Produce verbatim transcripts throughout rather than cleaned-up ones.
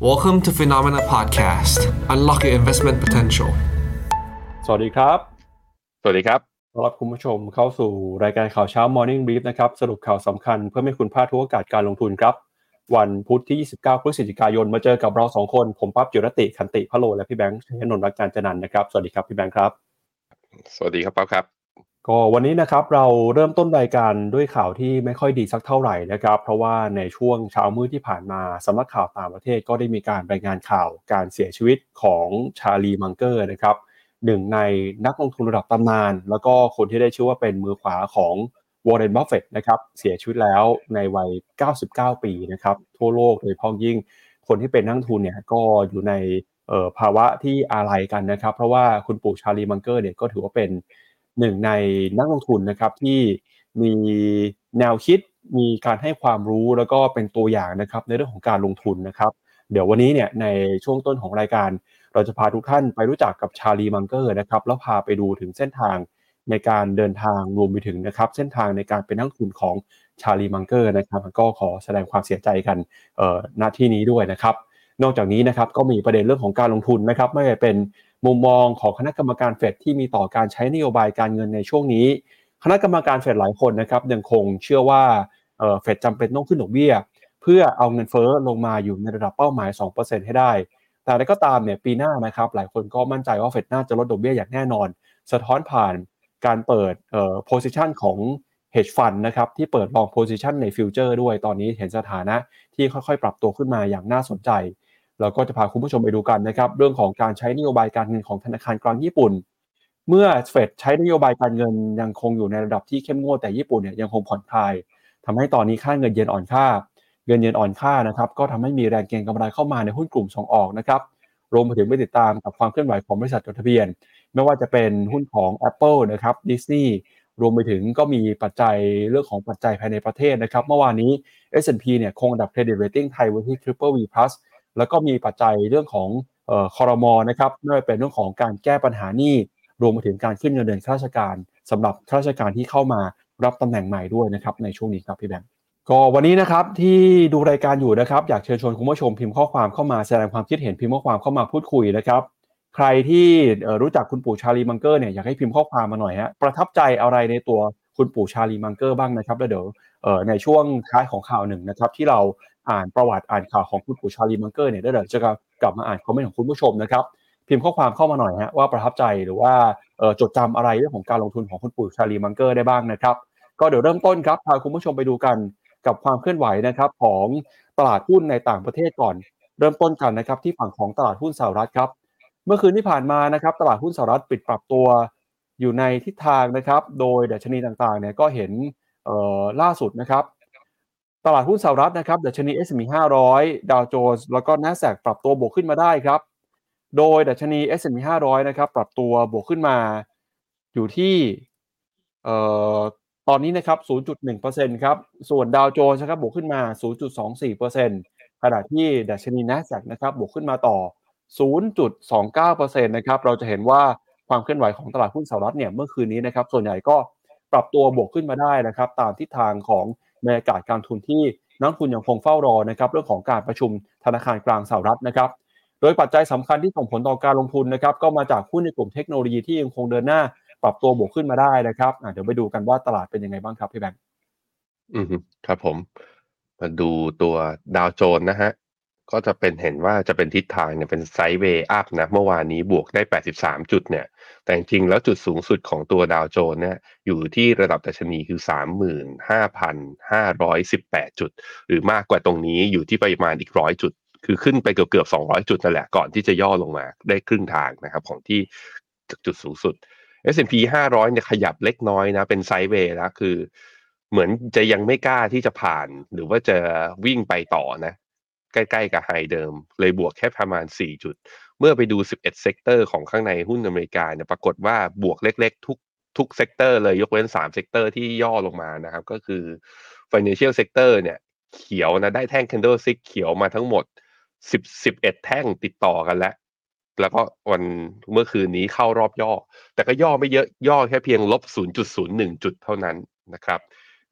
Welcome to Phenomena Podcast. Unlock your investment potential. สวัสดีครับสวัสดีครับต้อนรับคุณผู้ชมเข้าสู่รายการข่าวเช้า Morning Brief นะครับสรุปข่าวสำคัญเพื่อไม่ให้คุณพลาดทุกโอกาสการลงทุนครับวันพุธที่ยี่สิบเก้าพฤศจิกายนมาเจอกับเราสองคนผมปั๊บจิรติขันติพโลและพี่แบงค์ชัยนนท์รักการจนันท์นะครับสวัสดีครับพี่แบงค์ครับสวัสดีครับปั๊บครับก็วันนี้นะครับเราเริ่มต้นรายการด้วยข่าวที่ไม่ค่อยดีสักเท่าไหร่นะครับเพราะว่าในช่วงเช้ามืดที่ผ่านมาสำนักข่าวต่างประเทศก็ได้มีการรายงานข่าวการเสียชีวิตของชาลีมังเกอร์นะครับหนึ่งในนักลงทุนระดับตำนานแล้วก็คนที่ได้ชื่อว่าเป็นมือขวาของวอร์เรน บัฟเฟตต์นะครับเสียชีวิตแล้วในวัยเก้าสิบเก้าปีนะครับทั่วโลกโดยเฉพาะยิ่งคนที่เป็นนักลงทุนเนี่ยก็อยู่ในเอ่อภาวะที่อาลัยกันนะครับเพราะว่าคุณปู่ชาลีมังเกอร์เนี่ยก็ถือว่าเป็นหนึ่งในนักลงทุนนะครับที่มีแนวคิดมีการให้ความรู้แล้วก็เป็นตัวอย่างนะครับในเรื่องของการลงทุนนะครับเดี๋ยววันนี้เนี่ยในช่วงต้นของรายการเราจะพาทุกท่านไปรู้จักกับชาลีมังเกอร์นะครับแล้วพาไปดูถึงเส้นทางในการเดินทางรวมไปถึงนะครับเส้นทางในการเป็นนักลงทุนของชาลีมังเกอร์นะครับก็ขอแสดงความเสียใจกันเอ่อณที่นี้ด้วยนะครับนอกจากนี้นะครับก็มีประเด็นเรื่องของการลงทุนนะครับไม่ว่าเป็นมุมมองของคณะกรรมการเฟดที่มีต่อการใช้นโยบายการเงินในช่วงนี้คณะกรรมการเฟดหลายคนนะครับยังคงเชื่อว่าเอ่อเฟดจำเป็นต้องขึ้นดอกเบี้ยเพื่อเอาเงินเฟ้อลงมาอยู่ในระดับเป้าหมาย สองเปอร์เซ็นต์ ให้ได้แต่อะไรก็ตามเนี่ยปีหน้านะครับหลายคนก็มั่นใจว่าเฟดน่าจะลดดอกเบี้ยอย่างแน่นอนสะท้อนผ่านการเปิดเอ่อ position ของ hedge fund นะครับที่เปิด long position ในฟิวเจอร์ด้วยตอนนี้เห็นสถานะที่ค่อยๆปรับตัวขึ้นมาอย่างน่าสนใจเราก็จะพาคุณผู้ชมไปดูกันนะครับเรื่องของการใช้นโยบายการเงินของธนาคารกลางญี่ปุ่นเมื่อเฟดใช้นโยบายการเงินยังคงอยู่ในระดับที่เข้มงวดแต่ญี่ปุ่นเนี่ยยังคงผ่อนคลายทำให้ตอนนี้ค่าเงินเยนอ่อนค่าเงินเยนอ่อนค่านะครับก็ทำให้มีแรงเก็งกำไรเข้ามาในหุ้นกลุ่มส่งออกนะครับรวมไปถึงไปติดตามกับความเคลื่อนไหวของบริษัทจดทะเบียนไม่ว่าจะเป็นหุ้นของ Apple นะครับ Disney รวมไปถึงก็มีปัจจัยเรื่องของปัจจัยภายในประเทศนะครับเมื่อวานนี้ เอส แอนด์ พี เนี่ยคงอันดับ Credit Rating ไทยไว้ที่ Triple B plus แล้วก็มีปัจจัยเรื่องของเอ่อครม.นะครับไม่ว่าเป็นเรื่องของการแก้ปัญหาหนี้รวมไปถึงการขึ้นเงินเดือนข้าราชการสำหรับข้าราชการที่เข้ามารับตำแหน่งใหม่ด้วยนะครับในช่วงนี้ครับพี่แบงค์ก็วันนี้นะครับที่ดูรายการอยู่นะครับอยากเชิญชวนคุณผู้ชมพิมพ์ข้อความเข้ามาแสดงความคิดเห็นพิมพ์ข้อความเข้ามาพูดคุยนะครับใครที่รู้จักคุณปู่ชาลีมังเกอร์เนี่ยอยากให้พิมพ์ข้อความมาหน่อยฮะประทับใจอะไรในตัวคุณปู่ชาลีมังเกอร์บ้างนะครับแล้วเดี๋ยวในช่วงท้ายของข่าวหนึ่งนะครับที่เราอ่านประวัติอ่านข่าวของคุณปู่ชาลีมังเกอร์เนี่ยเดี๋ยวจะกลับมาอ่านคอมเมนต์ของคุณผู้ชมนะครับพิมพ์ข้อความเข้ามาหน่อยฮะว่าประทับใจหรือว่าจดจำอะไรเรื่องของการลงทุนของคุณปู่ชาลีมังเกอร์ได้บ้างนะครับก็เดี๋ยวเริ่มต้นครับพาคุณผู้ชมไปดูกันกับความเคลื่อนไหวนะครับของตลาดหุ้นในต่างประเทศก่อนเริ่มต้นกันนะครับที่ฝั่งของตลาดหุ้นสหรัฐครับเมื่อคืนที่ผ่านมานะครับตลาดหุ้นสหรัฐปิดปรับตัวอยู่ในทิศทางนะครับโดยดัชนีต่างๆเนี่ยก็เห็นเอ่อล่าสุดนะครับตลาดหุ้นสหรัฐนะครับดัชนี เอส แอนด์ พี ห้าร้อยดาวโจนส์แล้วก็ NASDAQ ปรับตัวบวกขึ้นมาได้ครับโดยดัชนี เอส แอนด์ พี ห้าร้อยนะครับปรับตัวบวกขึ้นมาอยู่ที่เอ่อตอนนี้นะครับ ศูนย์จุดหนึ่งเปอร์เซ็นต์ ครับส่วนดาวโจนส์นะครับบวกขึ้นมา ศูนย์จุดสองสี่เปอร์เซ็นต์ ขณะที่ดัชนี NASDAQ นะครับบวกขึ้นมาต่อ ศูนย์จุดสองเก้าเปอร์เซ็นต์ นะครับเราจะเห็นว่าความเคลื่อนไหวของตลาดหุ้นสหรัฐเนี่ยเมื่อคืนนี้นะครับส่วนใหญ่ก็ปรับตัวบวกขึ้นมาได้นะครับตามทิศทางของบรรยากาศการทุนที่นักทุนยังคงเฝ้ารอนะครับเรื่องของการประชุมธนาคารกลางสหรัฐนะครับโดยปัจจัยสำคัญที่ส่งผลต่อการลงทุนนะครับก็มาจากหุ้นในกลุ่มเทคโนโลยีที่ยังคงเดินหน้าปรับตัวบวกขึ้นมาได้นะครับเดี๋ยวไปดูกันว่าตลาดเป็นยังไงบ้างครับพี่แบงค์อืมครับผมมาดูตัวดาวโจนส์นะฮะก็จะเป็นเห็นว่าจะเป็นทิศทางเนี่ยเป็นไซด์เวย์อัพนะเมื่อวานนี้บวกได้แปดสิบสามจุดเนี่ยแต่จริงๆแล้วจุดสูงสุดของตัวดาวโจนส์เนี่ยอยู่ที่ระดับดัชนีคือ สามหมื่นห้าพันห้าร้อยสิบแปด จุดหรือมากกว่าตรงนี้อยู่ที่ประมาณอีกหนึ่งร้อยจุดคือขึ้นไปเกือบๆสองร้อยจุดนั่นแหละก่อนที่จะย่อลงมาได้ครึ่งทางนะครับของที่จุดสูงสุด เอส แอนด์ พี ห้าร้อยเนี่ยขยับเล็กน้อยนะเป็นไซด์เวย์แล้วคือเหมือนจะยังไม่กล้าที่จะผ่านหรือว่าจะวิ่งไปต่อนะใกล้ๆกับไฮเดิมเลยบวกแค่ประมาณสี่จุดเมื่อไปดูสิบเอ็ดเซกเตอร์ของข้างในหุ้นอเมริกาเนี่ยปรากฏว่าบวกเล็กๆทุกทุกเซกเตอร์เลยยกเว้นสามเซกเตอร์ที่ย่อลงมานะครับก็คือ Financial Sector เนี่ยเขียวนะได้แท่ง Candlestick เขียวมาทั้งหมดสิบ สิบเอ็ดแท่งติดต่อกันแล้วแล้วก็วันเมื่อคืนนี้เข้ารอบย่อแต่ก็ย่อไม่เยอะย่อแค่เพียงลบ ศูนย์จุดศูนย์หนึ่ง จุดเท่านั้นนะครับ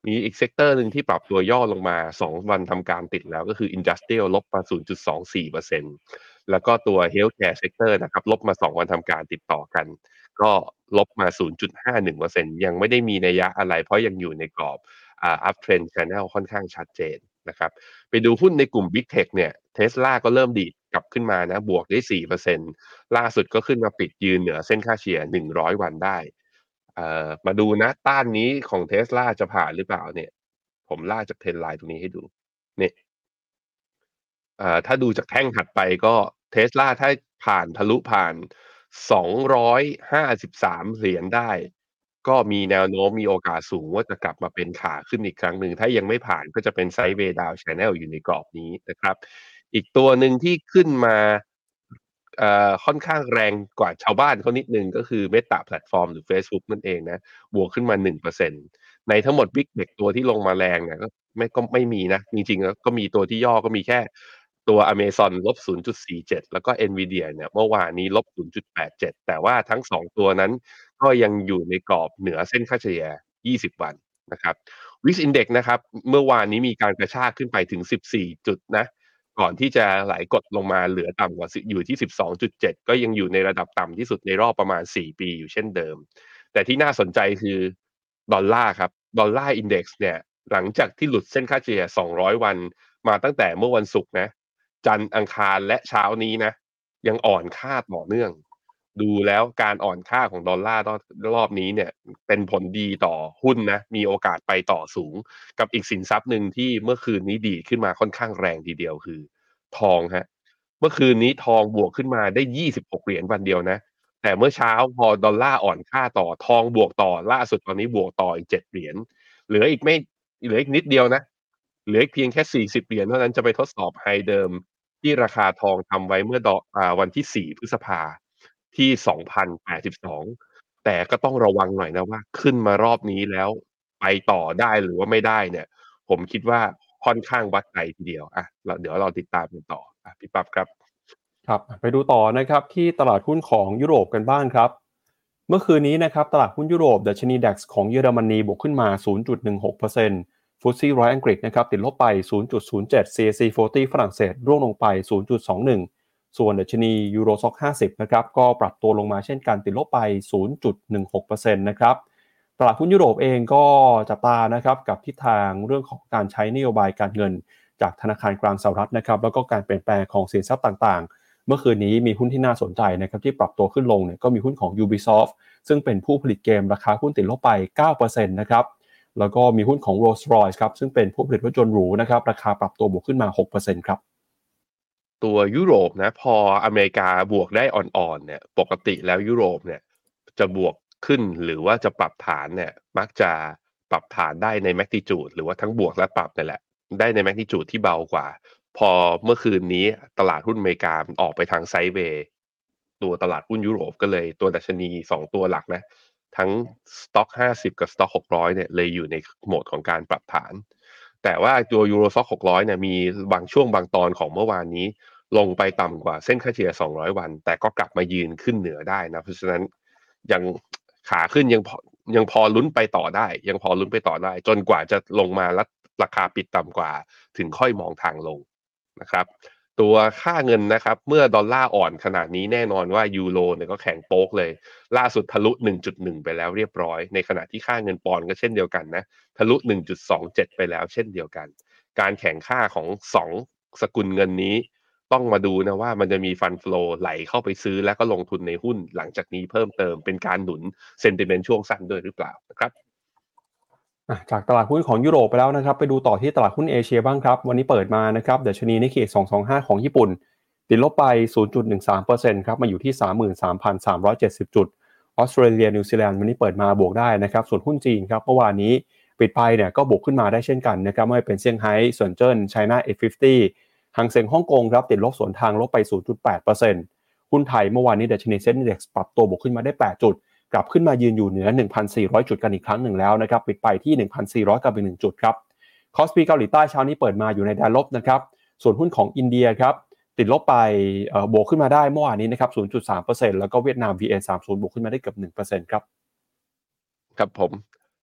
มีอีกเซกเตอร์หนึ่งที่ปรับตัวย่อลงมาสองวันทำการติดแล้วก็คือ Industrial ลบมา ศูนย์จุดสองสี่เปอร์เซ็นต์ แล้วก็ตัว Healthcare Sector นะครับลบมาสองวันทำการติดต่อกันก็ลบมา ศูนย์จุดห้าหนึ่งเปอร์เซ็นต์ ยังไม่ได้มีนัยยะอะไรเพราะยังอยู่ในกรอบอ่า Uptrend Channel ค่อนข้างชัดเจนนะครับไปดูหุ้นในกลุ่ม Big Tech เนี่ย Tesla ก็เริ่มดีดกลับขึ้นมานะบวกได้ สี่เปอร์เซ็นต์ ล่าสุดก็ขึ้นมาปิดยืนเหนือเส้นค่าเฉลี่ยหนึ่งร้อยวันได้เอ่อมาดูนะต้านนี้ของ Tesla จะผ่านหรือเปล่าเนี่ยผมลากจาก Trend Line ตรงนี้ให้ดูเนี่ยอ่าถ้าดูจากแท่งถัดไปก็ Tesla ถ้าผ่านทะลุผ่านสองร้อยห้าสิบสามเหรียญได้ก็มีแนวโน้มมีโอกาสสูงว่าจะกลับมาเป็นขาขึ้นอีกครั้งหนึ่งถ้ายังไม่ผ่านก็จะเป็น Sideways Down Channel อยู่ในกรอบนี้นะครับอีกตัวหนึ่งที่ขึ้นมาเอ่อค่อนข้างแรงกว่าชาวบ้านเขานิดหนึ่งก็คือ Meta Platform หรือเฟซบุ๊กนั่นเองนะบวกขึ้นมา หนึ่งเปอร์เซ็นต์ ในทั้งหมด Big Tech ตัวที่ลงมาแรงเนี่ยก็ไม่ก็ไม่มีนะจริงๆแล้วก็มีตัวที่ย่อก็มีแค่ตัว Amazon ลบ ศูนย์จุดสี่เจ็ด แล้วก็ Nvidia เนี่ยเมื่อวานนี้ลบ ศูนย์จุดแปดเจ็ด แต่ว่าทั้งสองตัวนั้นก็ยังอยู่ในกรอบเหนือเส้นค่าเฉลี่ยยี่สิบวันนะครับ วี ไอ เอ็กซ์ Index นะครับเมื่อวานนี้มีการกระชากขึ้นไปถึงสิบสี่จุดนะก่อนที่จะไหลกดลงมาเหลือต่ำกว่าอยู่ที่ สิบสองจุดเจ็ด ก็ยังอยู่ในระดับต่ำที่สุดในรอบประมาณสี่ปีอยู่เช่นเดิมแต่ที่น่าสนใจคือดอลลาร์ครับดอลลาร์อินเด็กซ์เนี่ยหลังจากที่หลุดเส้นค่าเฉลี่ยสองร้อยวันมาตั้งแต่เมื่อวันศุกร์นะจันทร์อังคารและเช้านี้นะยังอ่อนค่าต่อเนื่องดูแล้วการอ่อนค่าของดอลลาร์รอบรอบนี้เนี่ยเป็นผลดีต่อหุ้นนะมีโอกาสไปต่อสูงกับอีกสินทรัพย์หนึ่งที่เมื่อคืนนี้ดีดขึ้นมาค่อนข้างแรงทีเดียวคือทองฮะเมื่อคืนนี้ทองบวกขึ้นมาได้ยี่สิบหกเหรียญวันเดียวนะ แต่เมื่อเช้าพอดอลลาร์อ่อนค่าต่อทองบวกต่อล่าสุดตอนนี้บวกต่ออีกเจ็ดเหรียญเหลืออีกไม่เหลืออีกนิดเดียวนะเหลืออีกเพียงแค่สี่สิบเหรียญเท่านั้นจะไปทดสอบไฮเดิมที่ราคาทองทำไว้เมื่อดออ่าวันที่สี่พฤษภาที่สองพันแปดสิบสองแต่ก็ต้องระวังหน่อยนะว่าขึ้นมารอบนี้แล้วไปต่อได้หรือว่าไม่ได้เนี่ยผมคิดว่าค่อนข้างวัดใจทีเดียวอ่ะเราเดี๋ยวเราติดตามกันต่ออ่ะพี่ปั๊บครับครับไปดูต่อนะครับที่ตลาดหุ้นของยุโรปกันบ้างครับเมื่อคืนนี้นะครับตลาดหุ้นยุโรปดัชนี ดัค ของเยอรมนีบวกขึ้นมา ศูนย์จุดหนึ่งหกเปอร์เซ็นต์ ฟุตซี่ร้อยอังกฤษนะครับติดลบไป ศูนย์จุดศูนย์เจ็ด ซี เอ ซี สี่สิบฝรั่งเศสร่วงลงไป ศูนย์จุดสองหนึ่ง ส่วนดัชนียูโรซ็อกห้าสิบนะครับก็ปรับตัวลงมาเช่นกันติดลบไป ศูนย์จุดหนึ่งหกเปอร์เซ็นต์ นะครับตลาดหุ้นยุโรปเองก็จับตานะครับกับทิศทางเรื่องของการใช้นโยบายการเงินจากธนาคารกลางสหรัฐนะครับแล้วก็การเปลี่ยนแปลงของสินทรัพย์ต่างๆเมื่อคืนนี้มีหุ้นที่น่าสนใจนะครับที่ปรับตัวขึ้นลงเนี่ยก็มีหุ้นของ Ubisoft ซึ่งเป็นผู้ผลิตเกมราคาหุ้นติดลบไป เก้าเปอร์เซ็นต์ นะครับแล้วก็มีหุ้นของ Rolls-Royce ครับซึ่งเป็นผู้ผลิตรถยนต์หรูนะครับราคาปรับตัวบวกขึ้นมา หกเปอร์เซ็นต์ ครับตัวยุโรปนะพออเมริกาบวกได้อ่อนๆเนี่ยปกติแล้วยุโรปเนี่ยจะบวกขึ้นหรือว่าจะปรับฐานเนี่ยมักจะปรับฐานได้ในแมกนิจูดหรือว่าทั้งบวกและปรับนี่แหละได้ในแมกนิจูดที่เบากว่าพอเมื่อคืนนี้ตลาดหุ้นอเมริกาออกไปทางไซด์เวย์ตัวตลาดหุ้นยุโรปก็เลยตัวดัชนีสองตัวหลักนะทั้ง Stock ห้าสิบกับ Stock หกร้อยเนี่ยเลยอยู่ในโหมดของการปรับฐานแต่ว่าตัว Euro Stock หกร้อยเนี่ยมีบางช่วงบางตอนของเมื่อวานนี้ลงไปต่ำกว่าเส้นค่าเฉลี่ยสองร้อยวันแต่ก็กลับมายืนขึ้นเหนือได้นะเพราะฉะนั้นยังขาขึ้นยังพอยังพอลุ้นไปต่อได้ยังพอลุ้นไปต่อได้จนกว่าจะลงมาแล้วราคาปิดต่ำกว่าถึงค่อยมองทางลงนะครับตัวค่าเงินนะครับเมื่อดอลลาร์อ่อนขนาดนี้แน่นอนว่ายูโรเนี่ยก็แข็งโป๊กเลยล่าสุดทะลุ หนึ่งจุดหนึ่ง ไปแล้วเรียบร้อยในขณะที่ค่าเงินปอนด์ก็เช่นเดียวกันนะทะลุ หนึ่งจุดสองเจ็ด ไปแล้วเช่นเดียวกันการแข่งค่าของสองสกุลเงินนี้ต้องมาดูนะว่ามันจะมีฟันโฟลไหลเข้าไปซื้อแล้วก็ลงทุนในหุ้นหลังจากนี้เพิ่มเติมเป็นการหนุนเซนติเมนต์ช่วงสั้นด้วยหรือเปล่านะครับจากตลาดหุ้นของยุโรปไปแล้วนะครับไปดูต่อที่ตลาดหุ้นเอเชียบ้างครับวันนี้เปิดมานะครับดัชนีนิกเกิสองร้อยยี่สิบห้าของญี่ปุ่นติดลบไป ศูนย์จุดหนึ่งสามเปอร์เซ็นต์ ครับมาอยู่ที่ สามหมื่นสามพันสามร้อยเจ็ดสิบ จุดออสเตรเลียนิวซีแลนด์วันนี้เปิดมาบวกได้นะครับส่วนหุ้นจีนครับเมื่อวานนี้ปิดไปเนี่ยก็บวกขึ้นมาได้เช่นกันนะครับไม่ว่าเป็นเซี่ยงไฮ้เซินเจิ้นไชน่า เอ ห้าสิบ หังเส็งฮ่องกงครับติดลบสวนทางลบไป ศูนย์จุดแปดเปอร์เซ็นต์ หุ้นไทยเมื่อวานนี้ดัชนีเซ็น Index ปรับตัวบวกขึ้นมาได้แปดจุดกลับขึ้นมายืนอยู่เหนือ หนึ่งพันสี่ร้อย จุดกันอีกครั้งหนึ่งแล้วนะครับปิดไปที่ หนึ่งพันสี่ร้อย กับอีกหนึ่งจุดครับคอสปีเกาหลีใต้เช้านี้เปิดมาอยู่ในแดนลบนะครับส่วนหุ้นของอินเดียครับติดลบไปเอ่อบวกขึ้นมาได้เมื่อวานนี้นะครับ ศูนย์จุดสามเปอร์เซ็นต์ แล้วก็เวียดนาม วี เอ สามสิบ บวกขึ้นมาได้เกือบ หนึ่งเปอร์เซ็นต์ ครับครับผม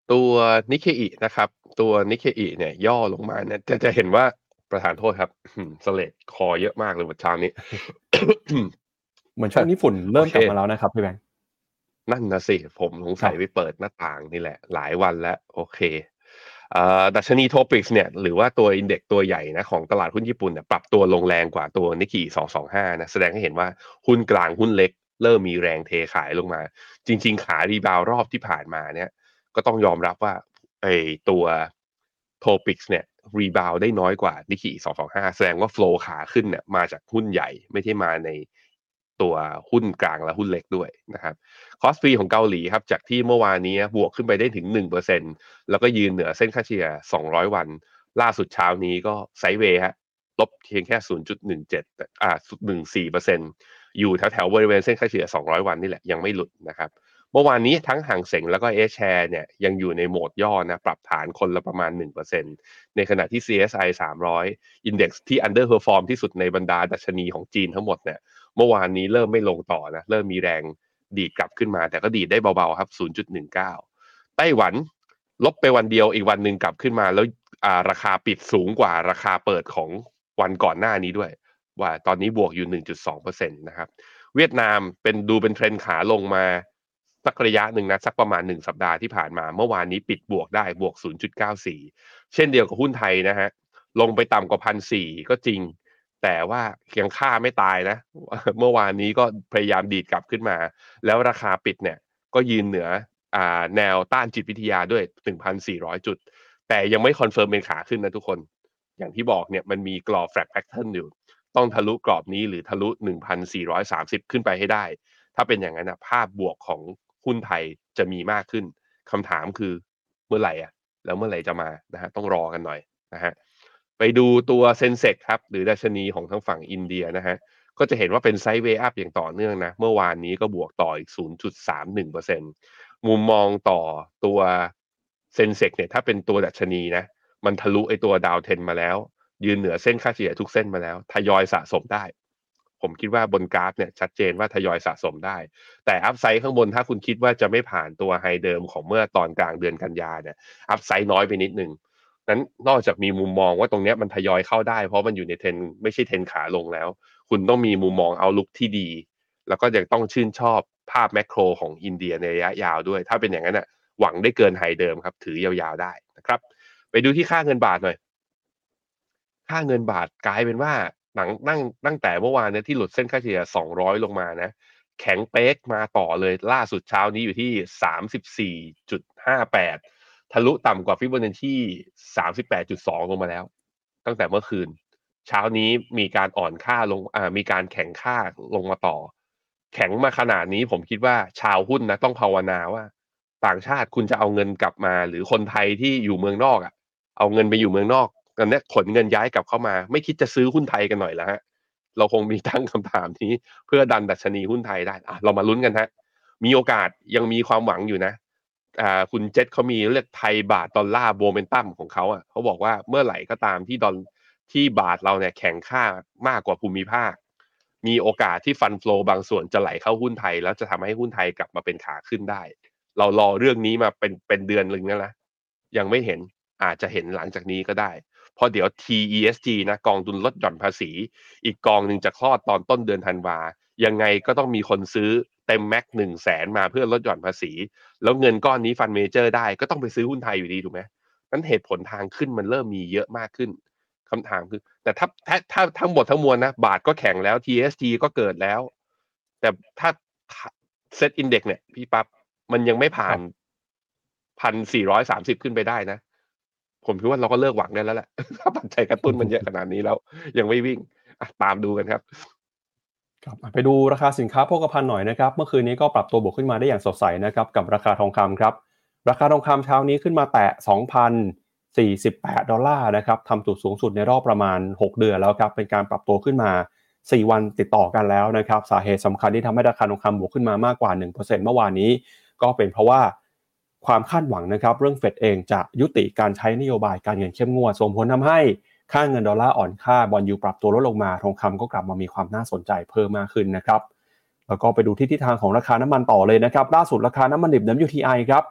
ตัวนิเคอินะครับตัวนิเคอิเนี่ยย่อลงมาเนี่ยจะจะเห็นว่าประธานโทษครับสเลดคอเยอะมากเลยวันเช้านี้เหมือนช่วงนี้ฝุ่นเริ่มโอเคกลับมาแล้วนะครับพี่แบงค์นั่นนะสิผมสงสัยไปครับเปิดหน้าต่างนี่แหละหลายวันแล้วโอเคเอ่อดัชนีโทปิกส์เนี่ยหรือว่าตัวอินเด็กซ์ตัวใหญ่นะของตลาดหุ้นญี่ปุ่นเนี่ยปรับตัวลงแรงกว่าตัวนิกเกิสองสองห้านะแสดงให้เห็นว่าหุ้นกลางหุ้นเล็กเริ่มมีแรงเทขายลงมาจริงๆขารีบาวรอบที่ผ่านมาเนี่ยก็ต้องยอมรับว่าไอ้ตัวโทปิกส์เนี่ยรีบาวได้น้อยกว่านิกเกิสองสองห้าแสดงว่าโฟลว์ขาขึ้นเนี่ยมาจากหุ้นใหญ่ไม่ได้มาในตัวหุ้นกลางและหุ้นเล็กด้วยนะครับคอสปีของเกาหลีครับจากที่เมื่อวานนี้บวกขึ้นไปได้ถึง หนึ่งเปอร์เซ็นต์ แล้วก็ยืนเหนือเส้นค่าเฉลี่ยสองร้อยวันล่าสุดเช้านี้ก็ไซด์เวย์ฮะลบเพียงแค่ ศูนย์จุดหนึ่งเจ็ด อ่า หนึ่งจุดสี่เปอร์เซ็นต์ อยู่แถวๆบริเวณเส้นค่าเฉลี่ยสองร้อยวันนี่แหละยังไม่หลุดนะครับเมื่อวานนี้ทั้งห่างเส็งแล้วก็ A share เนี่ยยังอยู่ในโหมดย่อนะปรับฐานคนละประมาณ หนึ่งเปอร์เซ็นต์ ในขณะที่ ซี เอส ไอ สามร้อย Index ที่ underperform ที่สุดในบรรดาดัชนีของจีนทั้งหมดเนี่ยเมื่อวานนี้เริ่มไม่ลงต่อนะเริ่มมีแรงดีดกลับขึ้นมาแต่ก็ดีดได้เบาๆครับ ศูนย์จุดหนึ่งเก้า ไต้หวันลบไปวันเดียวอีกวันหนึ่งกลับขึ้นมาแล้วอ่าราคาปิดสูงกว่าราคาเปิดของวันก่อนหน้านี้ด้วยว่าตอนนี้บวกอยู่ หนึ่งจุดสองเปอร์เซ็นต์ นะครับเวียดนามเป็นดูเป็นเทรนขาลงมาสักระยะหนึ่งนะสักประมาณหนึ่งสัปดาห์ที่ผ่านมาเมื่อวานนี้ปิดบวกได้บวก ศูนย์จุดเก้าสี่ เช่นเดียวกับหุ้นไทยนะฮะลงไปต่ำกว่า หนึ่งพันสี่ร้อย ก็จริงแต่ว่ายังฆ่าไม่ตายนะเมื่อวานนี้ก็พยายามดีดกลับขึ้นมาแล้วราคาปิดเนี่ยก็ยืนเหนืออ่าแนวต้านจิตวิทยาด้วย หนึ่งพันสี่ร้อย จุดแต่ยังไม่คอนเฟิร์มเป็นขาขึ้นนะทุกคนอย่างที่บอกเนี่ยมันมีกรอบ flag pattern อยู่ต้องทะลุกรอบนี้หรือทะลุ หนึ่งพันสี่ร้อยสามสิบ ขึ้นไปให้ได้ถ้าเป็นอย่างนั้นนะภาพบวกของหุ้นไทยจะมีมากขึ้นคำถามคือเมื่อไหร่อ่ะแล้วเมื่อไหร่จะมานะฮะต้องรอกันหน่อยนะฮะไปดูตัวเซ็นเซกครับหรือดัชนีของทางฝั่งอินเดียนะฮะก็จะเห็นว่าเป็นไซด์เวย์อัพอย่างต่อเนื่องนะเมื่อวานนี้ก็บวกต่ออีก ศูนย์จุดสามหนึ่งเปอร์เซ็นต์ มุมมองต่อตัวเซ็นเซกเนี่ยถ้าเป็นตัวดัชนีนะมันทะลุไอตัวดาวเทนมาแล้วยืนเหนือเส้นค่าเฉลี่ยทุกเส้นมาแล้วทยอยสะสมได้ผมคิดว่าบนกราฟเนี่ยชัดเจนว่าทยอยสะสมได้แต่อัพไซด์ข้างบนถ้าคุณคิดว่าจะไม่ผ่านตัวไฮเดิมของเมื่อตอนกลางเดือนกันยาเนี่ยอัพไซด์น้อยไปนิดนึงนั้นนอกจากมีมุมมองว่าตรงนี้มันทยอยเข้าได้เพราะมันอยู่ในเทรนไม่ใช่เทรนขาลงแล้วคุณต้องมีมุมมองเอาลุกที่ดีแล้วก็ยังต้องชื่นชอบภาพแมคโครของอินเดียในระยะยาวด้วยถ้าเป็นอย่างนั้นอ่ะหวังได้เกินไฮเดิมครับถือยาวๆได้นะครับไปดูที่ค่าเงินบาทหน่อยค่าเงินบาทกลายเป็นว่าหนังนั่งตั้งแต่เมื่อวานเนี่ยที่หลุดเส้นค่าเฉลี่ยสองร้อยลงมานะแข็งเป๊กมาต่อเลยล่าสุดเช้านี้อยู่ที่ สามสิบสี่จุดห้าแปด ทะลุต่ำกว่าฟิโบนัชชี สามสิบแปดจุดสอง ลงมาแล้วตั้งแต่เมื่อคืนเช้านี้มีการอ่อนค่าลงอ่ามีการแข็งค่าลงมาต่อแข็งมาขนาดนี้ผมคิดว่าชาวหุ้นนะต้องภาวนาว่าต่างชาติคุณจะเอาเงินกลับมาหรือคนไทยที่อยู่เมืองนอกอ่ะเอาเงินไปอยู่เมืองนอกกันเนี่ยขนเงินย้ายกลับเข้ามาไม่คิดจะซื้อหุ้นไทยกันหน่อยแล้วฮะเราคงมีตั้งคำถามนี้เพื่อดันดัชนีหุ้นไทยได้อ่ะเรามาลุ้นกันฮะมีโอกาสยังมีความหวังอยู่นะอ่าคุณเจษเขามีเรียกไทยบาทดอลลาร์โมเมนตัมของเขาอ่ะเขาบอกว่าเมื่อไหร่ก็ตามที่ดอลที่บาทเราเนี่ยแข็งค่ามากกว่าภูมิภาคมีโอกาสที่ฟันโฟลบางส่วนจะไหลเข้าหุ้นไทยแล้วจะทำให้หุ้นไทยกลับมาเป็นขาขึ้นได้เรารอเรื่องนี้มาเป็นเป็นเดือนนึงแล้วนะยังไม่เห็นอาจจะเห็นหลังจากนี้ก็ได้เพราะเดี๋ยว ที อี เอส จี นะกองทุนลดหย่อนภาษีอีกกองหนึ่งจะคลอดตอนต้นเดือนธันวายังไงก็ต้องมีคนซื้อเต็มแม็กหนึ่งแสนมาเพื่อลดหย่อนภาษีแล้วเงินก้อนนี้ฟันเมเจอร์ได้ก็ต้องไปซื้อหุ้นไทยอยู่ดีถูกไหมนั้นเหตุผลทางขึ้นมันเริ่มมีเยอะมากขึ้นคำถามคือแต่ถ้าถ้าถ้าทั้งหมดทั้งมวลนะบาทก็แข็งแล้ว ที เอส จี ก็เกิดแล้วแต่ถ้าเซตอินเด็กซ์เนี่ยพี่ปั๊บมันยังไม่ผ่านพันสี่ร้อยสามสิบขึ้นไปได้นะผมคิดว่าเราก็เลิกหวังได้แล้วแหละถ้าปัจจัยกระตุ้นมันเยอะขนาดนี้แล้วยังไม่วิ่งตามดูกันครับครับไปดูราคาสินค้าโภคภัณฑ์หน่อยนะครับเมื่อคืนนี้ก็ปรับตัวบวกขึ้นมาได้อย่างสดใสนะครับกับราคาทองคำครับราคาทองคำเช้านี้ขึ้นมาแตะ สองพันสี่สิบแปด ดอลลาร์นะครับทำจุดสูงสุดในรอบประมาณหกเดือนแล้วครับเป็นการปรับตัวขึ้นมาสี่วันติดต่อกันแล้วนะครับสาเหตุสำคัญที่ทำให้ราคาทองคำบวกขึ้นมามากกว่า หนึ่งเปอร์เซ็นต์ เมื่อวานนี้ก็เป็นเพราะว่าความคาดหวังนะครับเรื่องเฟดเองจะยุติการใช้นโยบายการเงินเข้มงวดส่งผลทำให้ค่าเงินดอลลาร์อ่อนค่าบอนด์ยิลด์ปรับตัวลดลงมาทองคำก็กลับมามีความน่าสนใจเพิ่มมากขึ้นนะครับแล้วก็ไปดูที่ทิศทางของราคาน้ำมันต่อเลยนะครับล่าสุดราคาน้ำมันดิบ ดับเบิลยู ที ไอ ครับ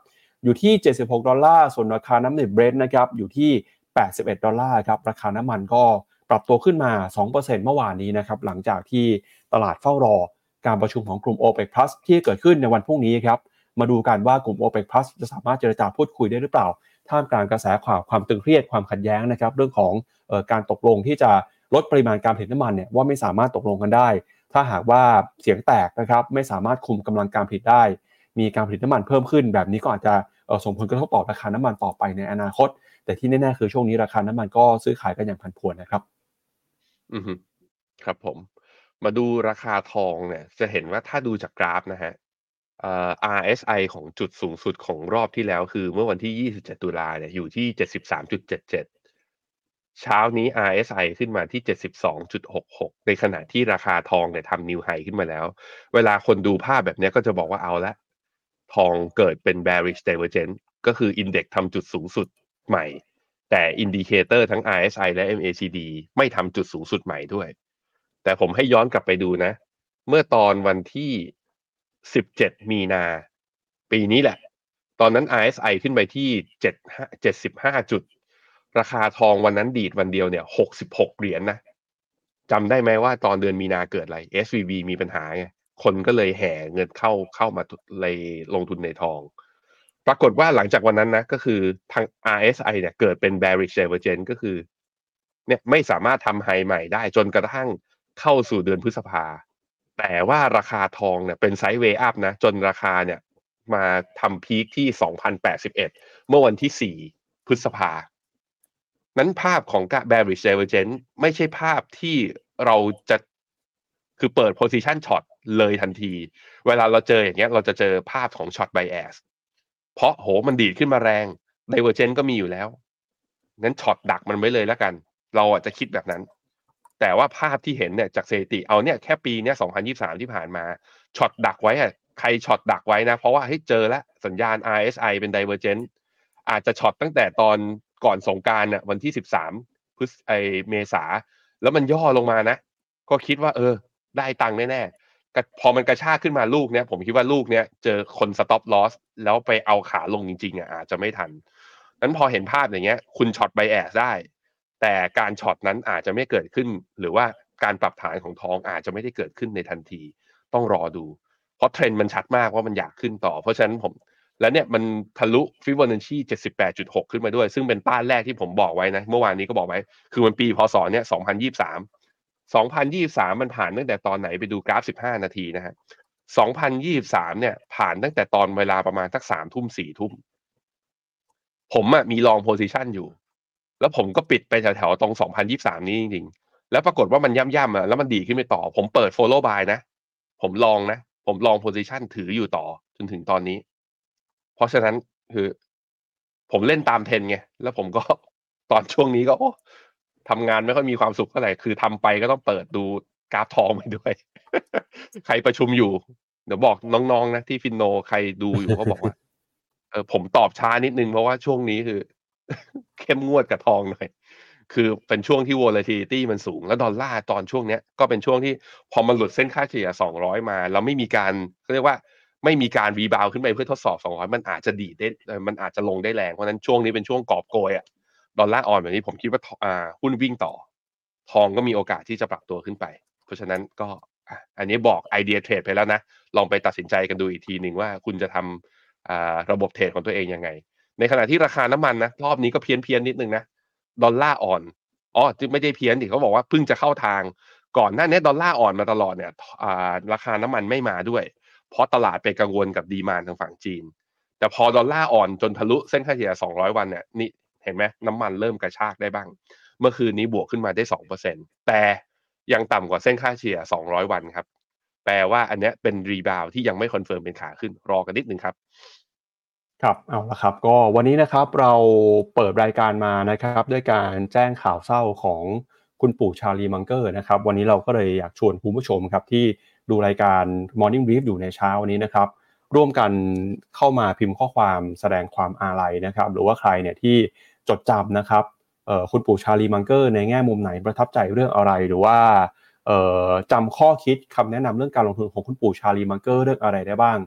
อยู่ที่เจ็ดสิบหกดอลลาร์ส่วนราคาน้ำมัน Brent นะครับอยู่ที่แปดสิบเอ็ดดอลลาร์ครับราคาน้ำมันก็ปรับตัวขึ้นมา สองเปอร์เซ็นต์ เมื่อวานนี้นะครับหลังจากที่ตลาดเฝ้ารอการประชุมของกลุ่ม OPEC Plus ที่เกิดขึ้นในวันพรุ่งนี้ครับมาดูกันว่ากลุ่ม OPEC Plus จะสามารถเจรจาพูดคุยได้หรือเปล่าท่ามกลางกระแสข่าวความตึงเครียดความขัดแย้งนะครับเรื่องของเอ่อการตกลงที่จะลดปริมาณการผลิตน้ำมันเนี่ยว่าไม่สามารถตกลงกันได้ถ้าหากว่าเสียงแตกนะครับไม่สามารถคุมกำลังการผลิตได้มีการผลิตน้ำมันเพิ่มขึ้นแบบนี้ก็อาจจะเอ่อส่งผลกระทบต่อราคาน้ำมันต่อไปในอนาคตแต่ที่แน่ๆคือช่วงนี้ราคาน้ำมันก็ซื้อขายกันอย่างผันผวนนะครับอือฮึครับผมมาดูราคาทองเนี่ยจะเห็นว่าถ้าดูจากกราฟนะฮะเอ่อ อาร์ เอส ไอ ของจุดสูงสุดของรอบที่แล้วคือเมื่อวันที่ยี่สิบเจ็ดตุลาเนี่ยอยู่ที่ เจ็ดสิบสามจุดเจ็ดเจ็ด เช้านี้ อาร์ เอส ไอ ขึ้นมาที่ เจ็ดสิบสองจุดหกหก ในขณะที่ราคาทองเนี่ยทำนิวไฮขึ้นมาแล้วเวลาคนดูภาพแบบนี้ก็จะบอกว่าเอาละทองเกิดเป็น bearish divergence ก็คือ Index ทำจุดสูงสุดใหม่แต่อินดิเคเตอร์ทั้ง อาร์ เอส ไอ และ เอ็ม เอ ซี ดี ไม่ทำจุดสูงสุดใหม่ด้วยแต่ผมให้ย้อนกลับไปดูนะเมื่อตอนวันที่สิบเจ็ดมีนาปีนี้แหละตอนนั้น อาร์ เอส ไอ ขึ้นไปที่เจ็ดสิบห้าจุดราคาทองวันนั้นดีดวันเดียวเนี่ยหกสิบหกเหรียญ นะจำได้ไหมว่าตอนเดือนมีนาเกิดอะไร เอส วี บี มีปัญหาไงคนก็เลยแห่เงินเข้าเข้ามาเลยลงทุนในทองปรากฏว่าหลังจากวันนั้นนะก็คือทาง อาร์ เอส ไอ เนี่ยเกิดเป็น bearish divergence ก็คือเนี่ยไม่สามารถทำไฮใหม่ได้จนกระทั่งเข้าสู่เดือนพฤษภาแต่ว่าราคาทองเนี่ยเป็นไซด์เวย์อัพนะจนราคาเนี่ยมาทำพีคที่ สองพันแปดสิบเอ็ด เมื่อวันที่สี่พฤษภานั้นภาพของ bearish divergence ไม่ใช่ภาพที่เราจะคือเปิด position short เลยทันทีเวลาเราเจออย่างเงี้ยเราจะเจอภาพของ short bias เพราะโหมันดีดขึ้นมาแรง divergence ก็มีอยู่แล้วงั้นช็อตดักมันไว้เลยแล้วกันเราอ่ะจะคิดแบบนั้นแต่ว่าภาพที่เห็นเนี่ยจากสถิติเอาเนี่ยแค่ปีเนี้ยสองพันยี่สิบสามที่ผ่านมาช็อตดักไว้อ่ะใครช็อตดักไว้นะเพราะว่าเฮ้ยเจอแล้วสัญญาณ อาร์ เอส ไอ เป็น divergence อาจจะช็อตตั้งแต่ตอนก่อนสงกรานต์น่ะวันที่สิบสามพฤษไอเมษาแล้วมันย่อลงมานะก็คิดว่าเออได้ตังค์แน่ๆพอมันกระชากขึ้นมาลูกเนี้ยผมคิดว่าลูกเนี้ยเจอคน stop loss แล้วไปเอาขาลงจริงๆอ่ะอาจจะไม่ทันนั้นพอเห็นภาพอย่างเงี้ยคุณช็อตไบแอสได้แต่การช็อตนั้นอาจจะไม่เกิดขึ้นหรือว่าการปรับฐานของทองอาจจะไม่ได้เกิดขึ้นในทันทีต้องรอดูเพราะเทรนด์มันชัดมากว่ามันอยากขึ้นต่อเพราะฉะนั้นผมแล้วเนี่ยมันทะลุฟิโบนัชชี เจ็ดสิบแปดจุดหก ขึ้นมาด้วยซึ่งเป็นต้านแรกที่ผมบอกไว้นะเมื่อวานนี้ก็บอกไว้คือมันปีพศเนี่ยสองพันยี่สิบสาม สองพันยี่สิบสามมันผ่านตั้งแต่ตอนไหนไปดูกราฟสิบห้านาทีนะฮะสองพันยี่สิบสามเนี่ยผ่านตั้งแต่ตอนเวลาประมาณสักสามทุ่มสี่ทุ่มผมอะมีลองโพซิชันอยู่แล้วผมก็ปิดไปแถวๆตรงสองพันยี่สิบสามนี้จริงๆแล้วปรากฏว่ามันย่ำๆอะแล้วมันดีขึ้นไปต่อผมเปิด follow buy นะผมลองนะผมลองโพซิชันถืออยู่ต่อจนถึงตอนนี้เพราะฉะนั้นคือผมเล่นตามเทรนด์ไงแล้วผมก็ตอนช่วงนี้ก็โอ้ทำงานไม่ค่อยมีความสุขเท่าไหร่คือทำไปก็ต้องเปิดดูกราฟทองไปด้วย ใครประชุมอยู่เดี๋ยวบอกน้องๆนะที่ฟินโนใครดูอยู่ก็บอกว่าเออผมตอบช้านิดนึงเพราะว่าช่วงนี้คือ เข้มงวดกับทองหน่อยคือเป็นช่วงที่ volatility มันสูงแล้วดอลลาร์ตอนช่วงเนี้ยก็เป็นช่วงที่พอมันหลุดเส้นค่าเฉลี่ยสองร้อยมาแล้วไม่มีการเขาเรียกว่าไม่มีการรีบาวขึ้นไปเพื่อทดสอบสองร้อยมันอาจจะดีดได้มันอาจจะลงได้แรงเพราะฉะนั้นช่วงนี้เป็นช่วงกอบโกยอะดอลลาร์อ่อนแบบนี้ผมคิดว่าอ่าหุ้นวิ่งต่อทองก็มีโอกาสที่จะปรับตัวขึ้นไปเพราะฉะนั้นก็อันนี้บอกไอเดียเทรดไปแล้วนะลองไปตัดสินใจกันดูอีกทีหนึ่งว่าคุณจะทำอ่าระบบเทรดของตัวเองยังไงในขณะที่ราคาน้ำมันนะรอบนี้ก็เพี้ยนเพียนนิดนึงนะดอลลาร์อ่อนอ๋อไม่ได้เพี้ยนดิเขาบอกว่าเพิ่งจะเข้าทางก่อนหน้านี้ดอลลาร์อ่อนมาตลอดเนี่ยอ่าราคาน้ำมันไม่มาด้วยเพราะตลาดไปกังวลกับดีมานด์ทางฝั่งจีนแต่พอดอลลาร์อ่อนจนทะลุเส้นค่าเฉลี่ยสองร้อยวันเนี่ยนี่เห็นไหมน้ำมันเริ่มกระชากได้บ้างเมื่อคืนนี้บวกขึ้นมาได้ สองเปอร์เซ็นต์ แต่ยังต่ำกว่าเส้นค่าเฉลี่ยสองร้อยวันครับแปลว่าอันเนี้ยเป็นรีบาวที่ยังไม่คอนเฟิร์มเป็นขาขึ้นรอกันนิดนึงครับครับเอาละครับก็วันนี้นะครับเราเปิดรายการมานะครับด้วยการแจ้งข่าวเศร้าของคุณปู่ชาลีมังเกอร์นะครับวันนี้เราก็เลยอยากชวนคุณผู้ชมครับที่ดูรายการ Morning Brief อยู่ในเช้าวันนี้นะครับร่วมกันเข้ามาพิมพ์ข้อความแสดงความอาลัยนะครับหรือว่าใครเนี่ยที่จดจำนะครับเอ่อคุณปู่ชาลีมังเกอร์ในแง่มุมไหนประทับใจเรื่องอะไรหรือว่าเอ่อจำข้อคิดคำแนะนำเรื่องการลงทุนของคุณปู่ชาลีมังเกอร์เรื่องอะไรได้บ้าง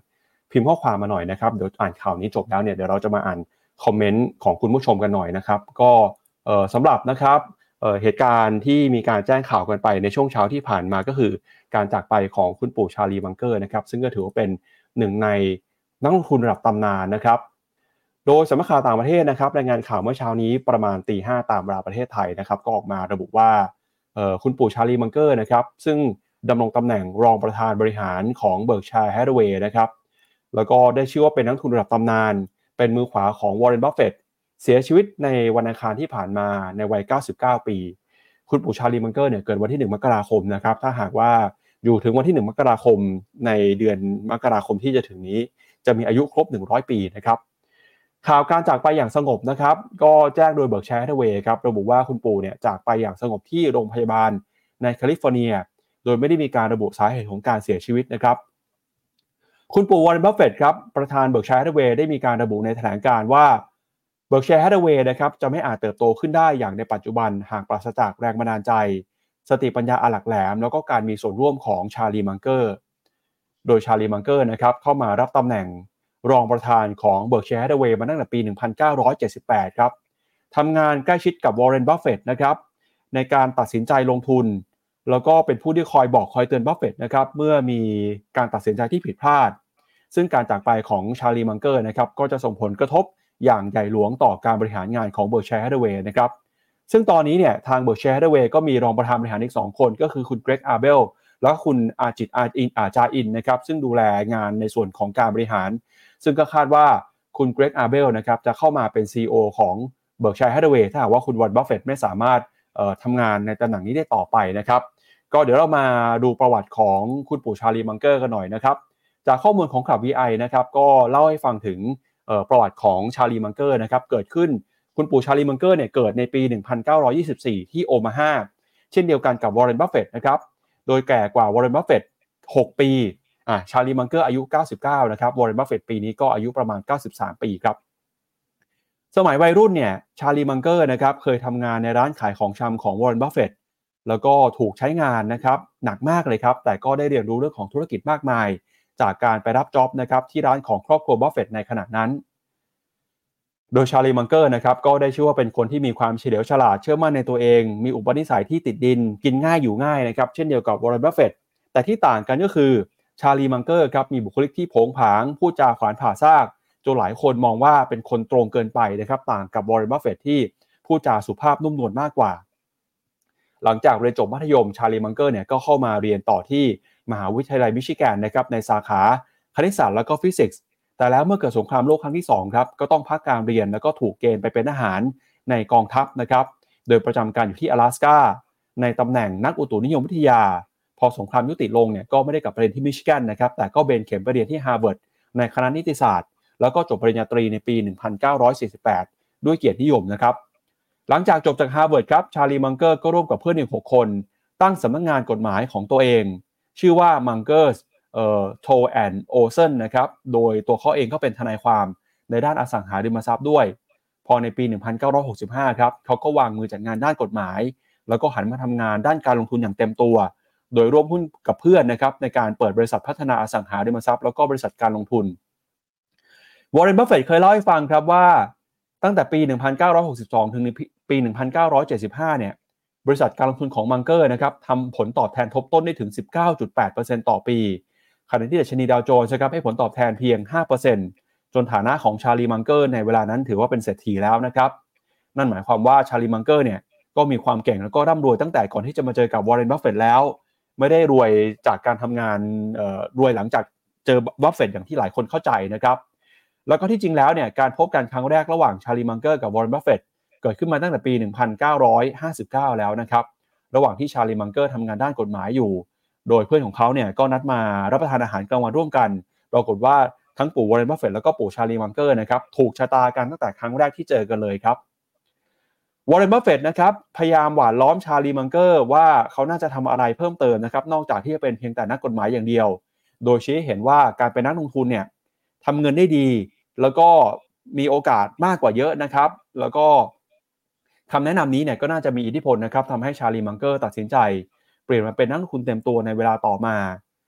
พิมพ์ข้อความมาหน่อยนะครับเดี๋ยวอ่านข่าวนี้จบแล้วเนี่ยเดี๋ยวเราจะมาอ่านคอมเมนต์ของคุณผู้ชมกันหน่อยนะครับก็เอ่อสำหรับนะครับเอ่อเหตุการณ์ที่มีการแจ้งข่าวกันไปในช่วงเช้าที่ผ่านมาก็คือการจากไปของคุณปู่ชาลีมังเกอร์นะครับซึ่งก็ถือว่าเป็นหนึ่งในนักลงทุนระดับตำนานนะครับโดยสำนักข่าวต่างประเทศนะครับรายงานข่าวเมื่อเช้านี้ประมาณตีห้าตามเวลาประเทศไทยนะครับก็ออกมาระบุว่าเอ่อคุณปู่ชาลีมังเกอร์นะครับซึ่งดำรงตำแหน่งรองประธานบริหารของ Berkshire Hathaway นะครับแล้วก็ได้ชื่อว่าเป็นนักลงทุนระดับตำนานเป็นมือขวาของ Warren Buffett เสียชีวิตในวันอังคารที่ผ่านมาในวัยเก้าสิบเก้าปีคุณปู่ชาลีมังเกอร์เนี่ยเกิดวันที่หนึ่งมกราคมนะครับถ้าหากว่าอยู่ถึงวันที่หนึ่งมกราคมในเดือนมกราคมที่จะถึงนี้จะมีอายุครบหนึ่งร้อยปีนะครับข่าวการจากไปอย่างสงบนะครับก็แจ้งโดย Berkshire Hathaway ครับระบุว่าคุณปู่เนี่ยจากไปอย่างสงบที่โรงพยาบาลในแคลิฟอร์เนียโดยไม่ได้มีการระบุสาเหตุของการเสียชีวิตนะครับคุณปู่วอร์เรน บัฟเฟตต์ครับประธาน Berkshire Hathaway ได้มีการระบุในแถลงการณ์ว่า Berkshire Hathaway นะครับจะไม่อาจเติบโตขึ้นได้อย่างในปัจจุบันหากปราศจากแรงบันดาลใจสติปัญญาอันหลักแหลมแล้วก็การมีส่วนร่วมของชาลีมังเกอร์โดยชาลีมังเกอร์นะครับเข้ามารับตำแหน่งรองประธานของ Berkshire Hathaway มาตั้งแต่ปี หนึ่งพันเก้าร้อยเจ็ดสิบแปด ครับทำงานใกล้ชิดกับวอร์เรน บัฟเฟตต์นะครับในการตัดสินใจลงทุนแล้วก็เป็นผู้ที่คอยบอกคอยเตือนบัฟเฟตต์นะครับเมื่อมีการตัดสินใจที่ผิดพลาดซึ่งการจากไปของชาลีมังเกอร์นะครับก็จะส่งผลกระทบอย่างใหญ่หลวงต่อการบริหารงานของ Berkshire Hathaway นะครับซึ่งตอนนี้เนี่ยทาง Berkshire Hathaway ก็มีรองประธานบริหารอีกสองคนก็คือคุณเกรก อาร์เบลแล้วก็คุณอาจิตอาอินอาจาอินนะครับซึ่งดูแลงานในส่วนของการบริหารซึ่งก็คาดว่าคุณเกรก อาร์เบลนะครับจะเข้ามาเป็น ซี อี โอ ของ Berkshire Hathaway ถ้าหากว่าคุณวอร์เรน บัฟเฟตต์ไม่สามารถเอ่อทำงานในตำแหน่งนี้ได้ต่อไปนะครับก็เดี๋ยวเรามาดูประวัติของคุณปู่ชาลีมังเกอร์กันหน่อยนะครับจากข้อมูลของ Club วี ไอ นะครับก็เล่าให้ฟังถึงประวัติของชาลีมังเกอร์นะครับเกิดขึ้นคุณปู่ชาลีมังเกอร์เนี่ยเกิดในปี หนึ่งพันเก้าร้อยยี่สิบสี่ ที่โอมาฮาเช่นเดียวกันกับวอร์เรน บัฟเฟตต์นะครับโดยแก่กว่าวอร์เรน บัฟเฟตต์หกปีอ่าชาลีมังเกอร์อายุเก้าสิบเก้านะครับวอร์เรน บัฟเฟตต์ปีนี้ก็อายุประมาณเก้าสิบสามปีครับสมัยวัยรุ่นเนี่ยชาลีมังเกอร์นะครับเคยทำงานในร้านขายของชำของวอร์เรน บัฟเฟตต์แล้วก็ถูกใช้งานนะครับหนักมากเลยครับแต่ก็ได้เรียนรู้เรื่องของธุรกิจมากมายจากการไปรับจ็อบนะครับที่ร้านของครอบครัวบัฟเฟตต์ในขณะนั้นโดยชาลีมังเกอร์นะครับก็ได้ชื่อว่าเป็นคนที่มีความเฉลียวฉลาดเชื่อมั่นในตัวเองมีอุปนิสัยที่ติดดินกินง่ายอยู่ง่ายนะครับเช่นเดียวกับวอร์เรน บัฟเฟตต์แต่ที่ต่างกันก็คือชาลีมังเกอร์ครับมีบุคลิกที่โผงผางพูดจาขวานผ่าซากจนหลายคนมองว่าเป็นคนตรงเกินไปนะครับต่างกับวอร์เรน บัฟเฟตต์ที่พูดจาสุภาพนุ่มนวลมากกว่าหลังจากเรียนจบมัธยมชาลีมังเกอร์เนี่ยก็เข้ามาเรียนต่อที่มหาวิทยาลัยมิชิแกนนะครับในสาขาคณิตศาสตร์และก็ฟิสิกส์แต่แล้วเมื่อเกิดสงครามโลกครั้งที่สองครับก็ต้องพักการเรียนแล้วก็ถูกเกณฑ์ไปเป็นทหารในกองทัพนะครับโดยประจำการอยู่ที่阿拉斯ก้าในตำแหน่งนักอุตุนิยมวิทยาพอสงครามยุติลงเนี่ยก็ไม่ได้กลับไปเรียนที่มิชิแกนนะครับแต่ก็เบนเข็มไปเรียนที่ฮาร์วาร์ดในคณะนิติศาสตร์แล้วก็จบปริญญาตรีในปี หนึ่งพันเก้าร้อยสี่สิบแปด ด้วยเกียรตินิยมนะครับหลังจากจบจากฮาร์วาร์ดครับชาลีมังเกอร์ก็ร่วมกับเพื่อนอีกหกคนตั้งสำนักงานกฎหมายของตัวเองชื่อว่ามังเกอร์เอ่อโทแอนด์โอเซนนะครับโดยตัวเขาเองก็เป็นทนายความในด้านอสังหาริมทรัพย์ด้วยพอในปี หนึ่งพันเก้าร้อยหกสิบห้า ครับเขาก็วางมือจากงานด้านกฎหมายแล้วก็หันมาทำงานด้านการลงทุนอย่างเต็มตัวโดยร่วมหุ้นกับเพื่อนนะครับในการเปิดบริษัทพัฒนาอสังหาริมทรัพย์แล้วก็บริษัทการลงทุนวอร์เรน บัฟเฟตต์เคยเล่าให้ฟังครับว่าตั้งแต่ปี หนึ่งพันเก้าร้อยหกสิบสอง ถึงปี หนึ่งพันเก้าร้อยเจ็ดสิบห้า เนี่ยบริษัทการลงทุนของมังเกอร์นะครับทำผลตอบแทนทบต้นได้ถึง สิบเก้าจุดแปดเปอร์เซ็นต์ ต่อปีขณะที่ดัชนีดาวโจนส์นะครับให้ผลตอบแทนเพียง ห้าเปอร์เซ็นต์ จนฐานะของชาลีมังเกอร์ในเวลานั้นถือว่าเป็นเศรษฐีแล้วนะครับนั่นหมายความว่าชาลีมังเกอร์เนี่ยก็มีความเก่งแล้วก็ร่ำรวยตั้งแต่ก่อนที่จะมาเจอกับวอร์เรน บัฟเฟตต์แล้วไม่ได้รวยจากการทำงานเอ่อรวยหลังจากเจอบัฟเฟตต์อย่างที่หลายคนเข้าใจนะครับแล้วก็ที่จริงแล้วเนี่ยการพบกันครั้งแรกระหว่างชาลีมังเกอร์กับวอร์เรน บัฟเฟตต์เกิดขึ้นมาตั้งแต่ปี หนึ่งพันเก้าร้อยห้าสิบเก้า แล้วนะครับระหว่างที่ชาลีมังเกอร์ทำงานด้านกฎหมายอยู่โดยเพื่อนของเขาเนี่ยก็นัดมารับประทานอาหารกลางวันร่วมกันปรากฏว่าทั้งปู่วอร์เรน บัฟเฟตต์แล้วก็ปู่ชาลีมังเกอร์นะครับถูกชะตากันตั้งแต่ครั้งแรกที่เจอกันเลยครับวอร์เรน บัฟเฟตต์นะครับพยายามหว่านล้อมชาลีมังเกอร์ว่าเขาน่าจะทำอะไรเพิ่มเติมนะครับนอกจากที่จะเป็นเพียงแต่นักกฎหมายอย่างเดียวโดยชี้ให้เห็นว่าการเป็นนักลงทุนเนี่ยทำเงินได้ดีแล้วก็มีโอกาสมากกว่าเยอะนะครับแล้วก็คำแนะนำนี้เนี่ยก็น่าจะมีอิทธิพลนะครับทำให้ชาลีมังเกอร์ตัดสินใจเปลี่ยนมาเป็นนักลงทุนเต็มตัวในเวลาต่อมา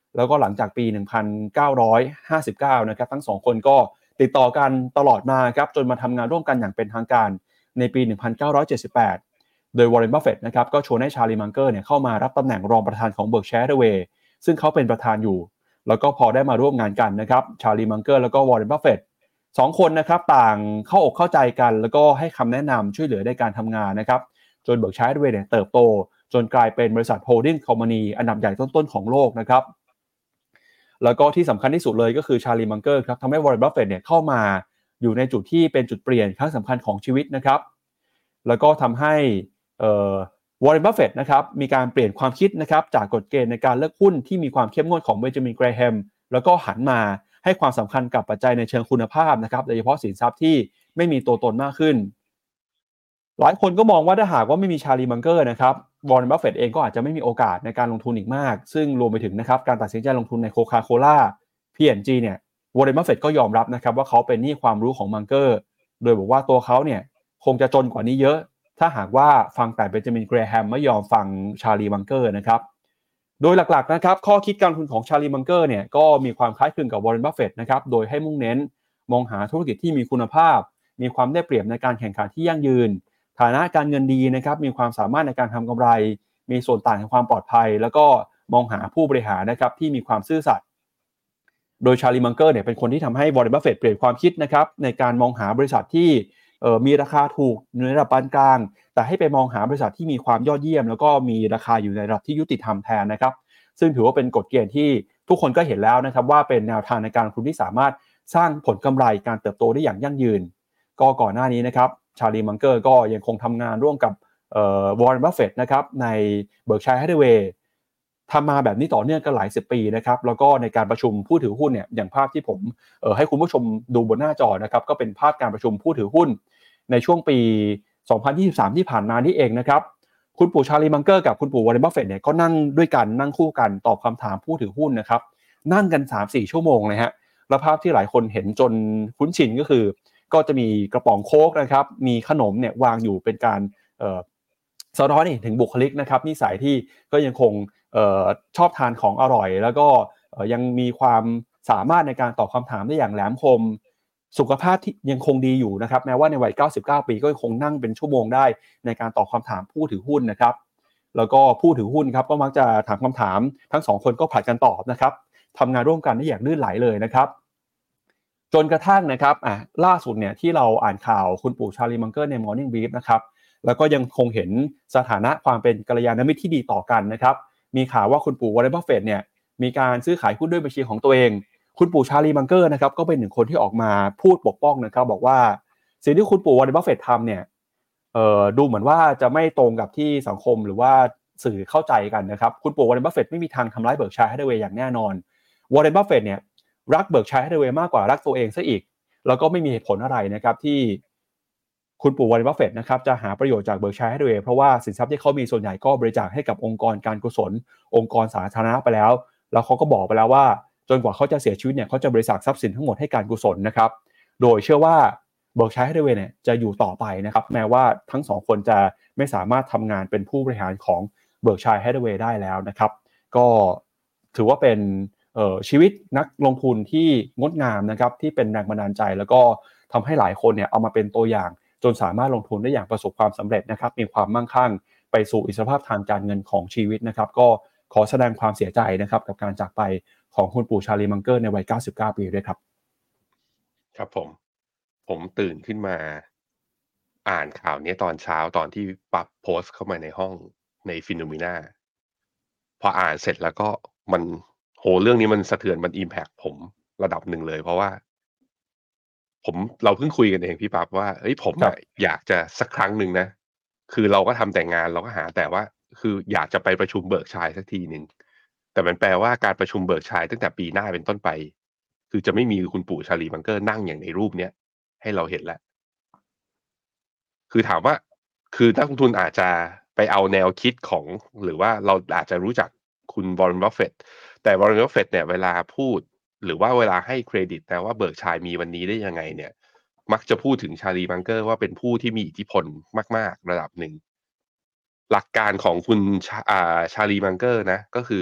แล้วก็หลังจากปีหนึ่งพันเก้าร้อยห้าสิบเก้านะครับทั้งสองคนก็ติดต่อกันตลอดมาครับจนมาทำงานร่วมกันอย่างเป็นทางการในปีหนึ่งพันเก้าร้อยเจ็ดสิบแปดโดยวอร์เรน บัฟเฟตต์นะครับก็ชวนให้ชาลีมังเกอร์เนี่ยเข้ามารับตำแหน่งรองประธานของเบิร์กชัย ฮาธาเวย์ซึ่งเขาเป็นประธานอยู่แล้วก็พอได้มาร่วมงานกันนะครับชาลีมังเกอร์แล้วก็วอร์เรน บัฟเฟตต์สองคนนะครับต่างเข้าอกเข้าใจกันแล้วก็ให้คำแนะนำช่วยเหลือในการทำงานนะครับจนเบิร์กชัย ฮาธาเวย์เนี่ยเติบโตจนกลายเป็นบริษัทโฮลดิ้งคอมพานีอันดับใหญ่ต้นๆของโลกนะครับแล้วก็ที่สำคัญที่สุดเลยก็คือชาลีมังเกอร์ครับทำให้วอร์เรน บัฟเฟตต์เนี่ยเข้ามาอยู่ในจุดที่เป็นจุดเปลี่ยนครั้งสำคัญของชีวิตนะครับแล้วก็ทำให้เอ่อวอร์เรน บัฟเฟตต์นะครับมีการเปลี่ยนความคิดนะครับจากกฎเกณฑ์ในการเลือกหุ้นที่มีความเข้มงวดของเบนจามิน เกรแฮมแล้วก็หันมาให้ความสำคัญกับปัจจัยในเชิงคุณภาพนะครับโดยเฉพาะสินทรัพย์ที่ไม่มีตัวตนมากขึ้นหลายคนก็มองว่าถ้าหากว่าไม่มีชาลีมังเกอร์นะครับวอร์เรน บัฟเฟตต์เองก็อาจจะไม่มีโอกาสในการลงทุนอีกมากซึ่งรวมไปถึงนะครับการตัดสินใจลงทุนในโคคาโคล่า พี แอนด์ จี เนี่ยวอร์เรน บัฟเฟตต์ก็ยอมรับนะครับว่าเขาเป็นหนี้ความรู้ของมังเกอร์โดยบอกว่าตัวเขาเนี่ยคงจะจนกว่านี้เยอะถ้าหากว่าฟังแต่เบนจามิน เกรแฮมไม่ยอมฟังชาลีมังเกอร์นะครับโดยหลักๆนะครับข้อคิดการลงทุนของชาลีมังเกอร์เนี่ยก็มีความคล้ายคลึงกับวอร์เรน บัฟเฟตต์นะครับโดยให้มุ่งเน้นมองหาธุรกิจที่มีคุณภาพมีความได้เปรียบในการแข่งขันที่ยั่งยืนฐานะการเงินดีนะครับมีความสามารถในการทำกำไรมีส่วนต่างแห่งความปลอดภัยแล้วก็มองหาผู้บริหารนะครับที่มีความซื่อสัตย์โดยชาลีมังเกอร์เนี่ยเป็นคนที่ทำให้วอร์เรน บัฟเฟตต์เปลี่ยนความคิดนะครับในการมองหาบริษัทที่มีราคาถูกในระดับปานกลางแต่ให้ไปมองหาบริษัทที่มีความยอดเยี่ยมแล้วก็มีราคาอยู่ในระดับที่ยุติธรรมแทนนะครับซึ่งถือว่าเป็นกฎเกณฑ์ที่ทุกคนก็เห็นแล้วนะครับว่าเป็นแนวทางในการลงทุนที่สามารถสร้างผลกำไรการเติบโตได้อย่างยั่งยืนก็ก่อนหน้านี้นะครับชาลีมังเกอร์ก็ยังคงทำงานร่วมกับวอร์เรน บัฟเฟตต์นะครับในเบิร์กชัย ฮาธาเวย์ทำมาแบบนี้ต่อเนื่องกันหลายสิบปีนะครับแล้วก็ในการประชุมผู้ถือหุ้นเนี่ยอย่างภาพที่ผมเอ่อให้คุณผู้ชมดูบนหน้าจอนะครับก็เป็นภาพการประชุมผู้ถือหุ้นในช่วงปีสองพันยี่สิบสามที่ผ่านมานี่เองนะครับคุณปู่ชาลีมังเกอร์กับคุณปู่วอร์เรน บัฟเฟตต์เนี่ยก็นั่งด้วยกันนั่งคู่กันตอบคำถามผู้ถือหุ้นนะครับนั่งกัน สามถึงสี่ ชั่วโมงเลยฮะแล้วภาพที่หลายคนเห็นจนคุ้นชินก็คือก็จะมีกระป๋องโค้กนะครับมีขนมเนี่ยวางอยู่เป็นการเอ่อสะท้อนให้เห็นถึงบุคลิกนะครับนิสัยที่ก็ยังคงเอ่อชอบทานของอร่อยแล้วก็เอ่อยังมีความสามารถในการตอบคำถามได้อย่างแหลมคมสุขภาพที่ยังคงดีอยู่นะครับแม้ว่าในวัยเก้าสิบเก้าปีก็ยังคงนั่งเป็นชั่วโมงได้ในการตอบคำถามผู้ถือหุ้นนะครับแล้วก็ผู้ถือหุ้นครับก็มักจะถามคำถามทั้งสองคนก็ผลัดกันตอบนะครับทำงานร่วมกันได้อย่างลื่นไหลเลยนะครับจนกระทั่งนะครับอ่ะล่าสุดเนี่ยที่เราอ่านข่าวคุณปู่ชาลีมังเกอร์ใน Morning Brief นะครับแล้วก็ยังคงเห็นสถานะความเป็นกัลยาณมิตรที่ดีต่อกันนะครับมีข่าวว่าคุณปู่วอร์เรน บัฟเฟตต์เนี่ยมีการซื้อขายหุ้นด้วยบัญชีของตัวเองคุณปู่ชาลีมังเกอร์นะครับก็เป็นหนึ่งคนที่ออกมาพูดปกป้องนะครับบอกว่าสิ่งที่คุณปู่วอร์เรน บัฟเฟตต์ทำเนี่ยเอ่อดูเหมือนว่าจะไม่ตรงกับที่สังคมหรือว่าสื่อเข้าใจกันนะครับคุณปู่วอร์เรน บัฟเฟตต์ไม่มีทางทำร้ายเบิร์กชัย ฮาธาเวย์อย่างแน่นอนวอร์เรน บัฟเฟตต์เนี่ยรักเบิร์กชัย ฮาธาเวย์มากกว่ารักตัวเองซะอีกแล้วก็ไม่มีเหตุผลอะไรนะครับที่คุณปู่วอร์เรน บัฟเฟตต์นะครับจะหาประโยชน์จากเบิร์กชัย ฮาธาเวย์เพราะว่าสินทรัพย์ที่เขามีส่วนใหญ่ก็บริจาคให้กับองค์กรการกุศลองค์กรสาธารณะไปแล้วแล้วเขาก็บอกไปแล้วว่าจนกว่าเขาจะเสียชีวิตเนี่ยเขาจะบริจาคทรัพย์สินทั้งหมดให้การกุศลนะครับโดยเชื่อว่าเบิร์กชัย ฮาธาเวย์เนี่ยจะอยู่ต่อไปนะครับแม้ว่าทั้งสองคนจะไม่สามารถทำงานเป็นผู้บริหารของเบิร์กชัย ฮาธาเวย์ได้แล้วนะครับก็ถือว่าเป็นเอ่อชีวิตนักลงทุนที่งดงามนะครับที่เป็นแรงบันดาลใจแล้วก็ทำให้หลายคนเนี่ยเอามาเป็นตัวอย่างจนสามารถลงทุนได้อย่างประสบความสำเร็จนะครับมีความมั่งคั่งไปสู่อิสรภาพทางการเงินของชีวิตนะครับก็ขอแสดงความเสียใจนะครับกับการจากไปของคุณปู่ชาลีมังเกอร์ในวัยเก้าสิบเก้าปีด้วยครับครับผมผมตื่นขึ้นมาอ่านข่าวนี้ตอนเช้าตอนที่ปั๊บโพสต์เข้ามาในห้องใน Phenomena พออ่านเสร็จแล้วก็มันโหเรื่องนี้มันสะเทือนมัน impact ผมระดับหนึ่งเลยเพราะว่าผมเราเพิ่งคุยกันเองพี่ปั๊บว่าเฮ้ยผมอะอยากจะสักครั้งหนึ่งนะคือเราก็ทำแต่งานเราก็หาแต่ว่าคืออยากจะไปประชุมเบิร์กชัยสักทีหนึ่งแต่มันแปลว่าการประชุมเบิร์กชัยตั้งแต่ปีหน้าเป็นต้นไปคือจะไม่มีคุณปู่ชาลีมังเกอร์นั่งอย่างในรูปเนี้ยให้เราเห็นแล้วคือถามว่าคือนักลงทุนอาจจะไปเอาแนวคิดของหรือว่าเราอาจจะรู้จักคุณวอร์เรน บัฟเฟตต์แต่วอร์เรน บัฟเฟตต์เนี่ยเวลาพูดหรือว่าเวลาให้เครดิตนะว่าเบิร์กชัยมีวันนี้ได้ยังไงเนี่ยมักจะพูดถึงชาลีมังเกอร์ว่าเป็นผู้ที่มีอิทธิพลมากๆระดับหนึ่งหลักการของคุณชาลีมังเกอร์นะก็คือ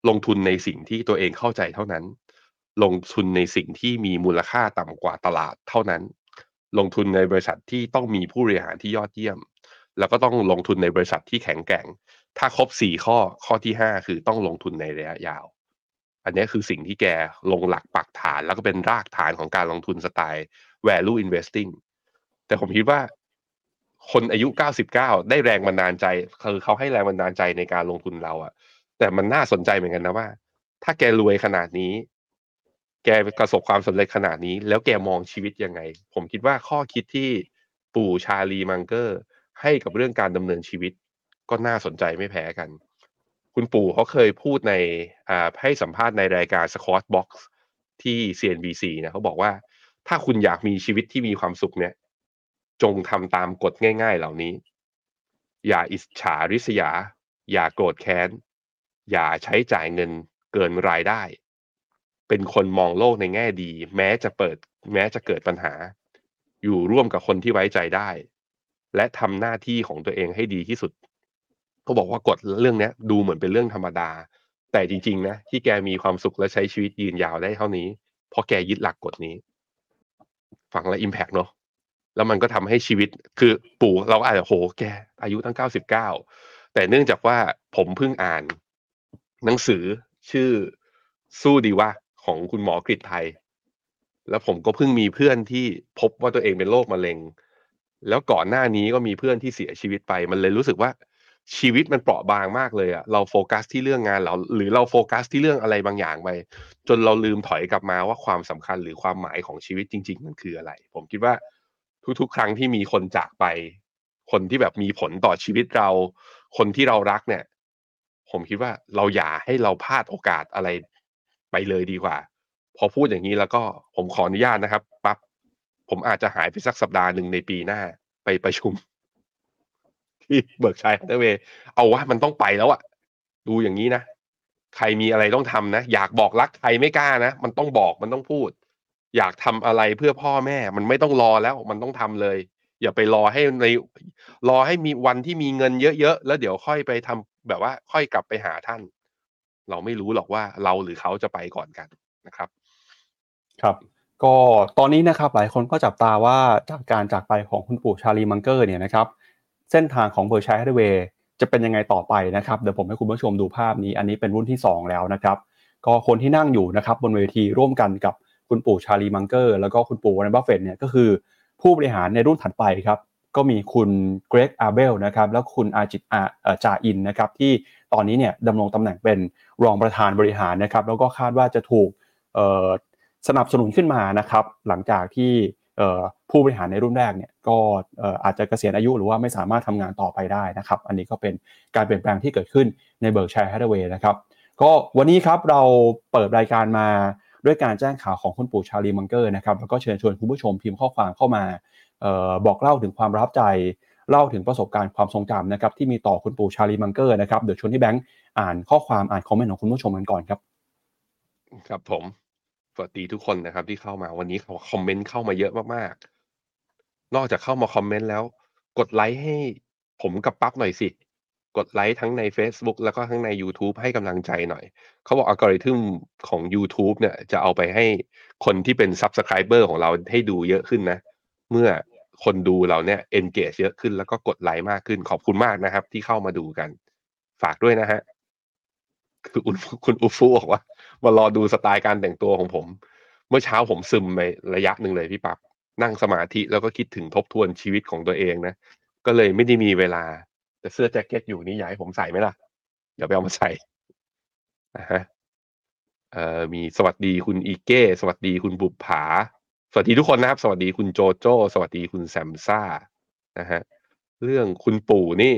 ลงทุนในสิ่งที่ตัวเองเข้าใจเท่านั้นลงทุนในสิ่งที่มีมูลค่าต่ำกว่าตลาดเท่านั้นลงทุนในบริษัทที่ต้องมีผู้บริหารที่ยอดเยี่ยมแล้วก็ต้องลงทุนในบริษัทที่แข็งแกร่งถ้าครบสี่ข้อข้อที่ห้าคือต้องลงทุนในระยะยาวอันนี้คือสิ่งที่แกลงหลักปักฐานแล้วก็เป็นรากฐานของการลงทุนสไตล์ value investing แต่ผมคิดว่าคนอายุเก้าสิบเก้าได้แรงบันดาลใจคือเขาให้แรงบันดาลใจในการลงทุนเราอะแต่มันน่าสนใจเหมือนกันนะว่าถ้าแกรวยขนาดนี้แกประสบความสำเร็จขนาดนี้แล้วแกมองชีวิตยังไงผมคิดว่าข้อคิดที่ปู่ชาลีมังเกอร์ให้กับเรื่องการดำเนินชีวิตก็น่าสนใจไม่แพ้กันคุณปู่เขาเคยพูดในอ่าให้สัมภาษณ์ในรายการ Squawk Box ที่ ซี เอ็น บี ซี นะเขาบอกว่าถ้าคุณอยากมีชีวิตที่มีความสุขเนี่ยจงทำตามกฎง่ายๆเหล่านี้อย่าอิจฉาริษยาอย่าโกรธแค้นอย่าใช้จ่ายเงินเกินรายได้เป็นคนมองโลกในแง่ดีแม้จะเปิดแม้จะเกิดปัญหาอยู่ร่วมกับคนที่ไว้ใจได้และทำหน้าที่ของตัวเองให้ดีที่สุดเขาบอกว่ากฎเรื่องนี้ดูเหมือนเป็นเรื่องธรรมดาแต่จริงๆนะที่แกมีความสุขและใช้ชีวิตยืนยาวได้เท่านี้เพราะแกยึดหลักกฎนี้ฟังแล้วอิมแพกเนาะแล้วมันก็ทำให้ชีวิตคือปู่เราอาจจะโหแกอายุตั้งเก้าสิบเก้าแต่เนื่องจากว่าผมเพิ่งอ่านหนังสือชื่อสู้ดีว่าของคุณหมอกฤษไทยแล้วผมก็เพิ่งมีเพื่อนที่พบว่าตัวเองเป็นโรคมะเร็งแล้วก่อนหน้านี้ก็มีเพื่อนที่เสียชีวิตไปมันเลยรู้สึกว่าชีวิตมันเปราะบางมากเลยอะเราโฟกัสที่เรื่องงานเราหรือเราโฟกัสที่เรื่องอะไรบางอย่างไปจนเราลืมถอยกลับมาว่าความสำคัญหรือความหมายของชีวิตจริงๆมันคืออะไรผมคิดว่าทุกๆครั้งที่มีคนจากไปคนที่แบบมีผลต่อชีวิตเราคนที่เรารักเนี่ยผมคิดว่าเราอย่าให้เราพลาดโอกาสอะไรไปเลยดีกว่าพอพูดอย่างนี้แล้วก็ผมขออนุญาตนะครับปั๊บผมอาจจะหายไปสักสัปดาห์หนึ่งในปีหน้าไปประชุมที่เบิร์กชัยฮัตเทอร์เวย์เอาวะมันต้องไปแล้วอะดูอย่างนี้นะใครมีอะไรต้องทำนะอยากบอกรักใครไม่กล้านะมันต้องบอกมันต้องพูดอยากทำอะไรเพื่อพ่อแม่มันไม่ต้องรอแล้วมันต้องทำเลยอย่าไปรอให้ในรอให้มีวันที่มีเงินเยอะๆแล้วเดี๋ยวค่อยไปทำแบบว่าค่อยกลับไปหาท่านเราไม่รู้หรอกว่าเราหรือเขาจะไปก่อนกันนะครับครับก็ตอนนี้นะครับหลายคนก็จับตาว่าจากการจากไปของคุณปู่ชาลีมังเกอร์เนี่ยนะครับเส้นทางของ Berkshire Hathaway จะเป็นยังไงต่อไปนะครับเดี๋ยวผมให้คุณผู้ชมดูภาพนี้อันนี้เป็นรุ่นที่สองแล้วนะครับก็คนที่นั่งอยู่นะครับบนเวทีร่วมกันกับคุณปู่ชาลีมังเกอร์แล้วก็คุณปู่วอร์เรน บัฟเฟตต์เนี่ยก็คือผู้บริหารในรุ่นถัดไปครับก็มีคุณเกรกอาร์เบลนะครับแล้วคุณอาจิตอาจาอินนะครับที่ตอนนี้เนี่ยดำรงตำแหน่งเป็นรองประธานบริหารนะครับแล้วก็คาดว่าจะถูกเอ่อ สนับสนุนขึ้นมานะครับหลังจากที่ผู้บริหารในรุ่นแรกเนี่ยก็อาจจะเกษียณอายุหรือว่าไม่สามารถทำงานต่อไปได้นะครับอันนี้ก็เป็นการเปลี่ยนแปลงที่เกิดขึ้นใน Berkshire Hathaway นะครับก็วันนี้ครับเราเปิดรายการมาด้วยการแจ้งข่าวของคุณปู่ชาลีมังเกอร์นะครับแล้วก็เชิญชวนคุณผู้ชมพิมพ์ข้อความเข้ามาบอกเล่าถึงความประทับใจเล่าถึงประสบการณ์ความทรงจำนะครับที่มีต่อคุณปู่ชาลีมังเกอร์นะครับเดี๋ยวชวนที่แบงค์อ่านข้อความอ่านคอมเมนต์ของคุณผู้ชมกันก่อนครับครับผมสวัสดีทุกคนนะครับที่เข้ามาวันนี้เขาคอมเมนต์เข้ามาเยอะมากๆนอกจากเข้ามาคอมเมนต์แล้วกดไลค์ให้ผมกับปั๊บหน่อยสิกดไลค์ทั้งใน Facebook แล้วก็ทั้งในยูทูบให้กำลังใจหน่อยเขาบอก algorithm ของยูทูบเนี่ยจะเอาไปให้คนที่เป็น Subscriber ของเราให้ดูเยอะขึ้นนะเมื่อคนดูเราเนี่ย engage เยอะขึ้นแล้วก็กดไลค์มากขึ้นขอบคุณมากนะครับที่เข้ามาดูกันฝากด้วยนะฮะคือคุณคุณอุฟุบอกว่ามารอดูสไตล์การแต่งตัวของผมเมื่อเช้าผมซึมไประยะหนึ่งเลยพี่ปั๊บนั่งสมาธิแล้วก็คิดถึงทบทวนชีวิตของตัวเองนะก็เลยไม่ได้มีเวลาแต่เสื้อแจ็คเก็ตอยู่นี่อยากให้ผมใส่ไหมล่ะเดี๋ยวไปเอามาใส่นะฮะเอ่อมีสวัสดีคุณอีเก้สวัสดีคุณบุปผาสวัสดีทุกคนนะครับสวัสดีคุณโจโจ้สวัสดีคุณแซมซ่านะฮะเรื่องคุณปู่นี่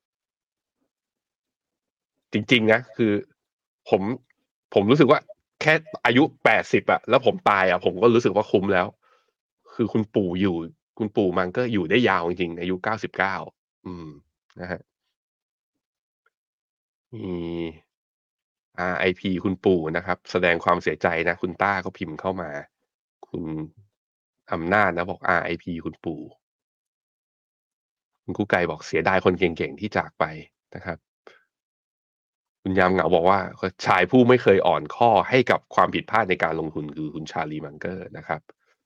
จริงๆนะคือผมผมรู้สึกว่าแค่อายุแปดสิบอะแล้วผมตายอะผมก็รู้สึกว่าคุ้มแล้วคือคุณปู่อยู่คุณปู่มันก็อยู่ได้ยาวจริงๆอายุเก้าสิบเก้าอืมนะฮะมี อาร์ ไอ พี คุณปู่นะครับแสดงความเสียใจนะคุณต้าก็พิมพ์เข้ามาคุณอำนาจนะบอก อาร์ ไอ พี คุณปู่คุณกุ๊กไก่บอกเสียดายคนเก่งๆที่จากไปนะครับคุณยามเหงาบอกว่าชายผู้ไม่เคยอ่อนข้อให้กับความผิดพลาดในการลงทุนคือคุณชาลีมังเกอร์นะครับ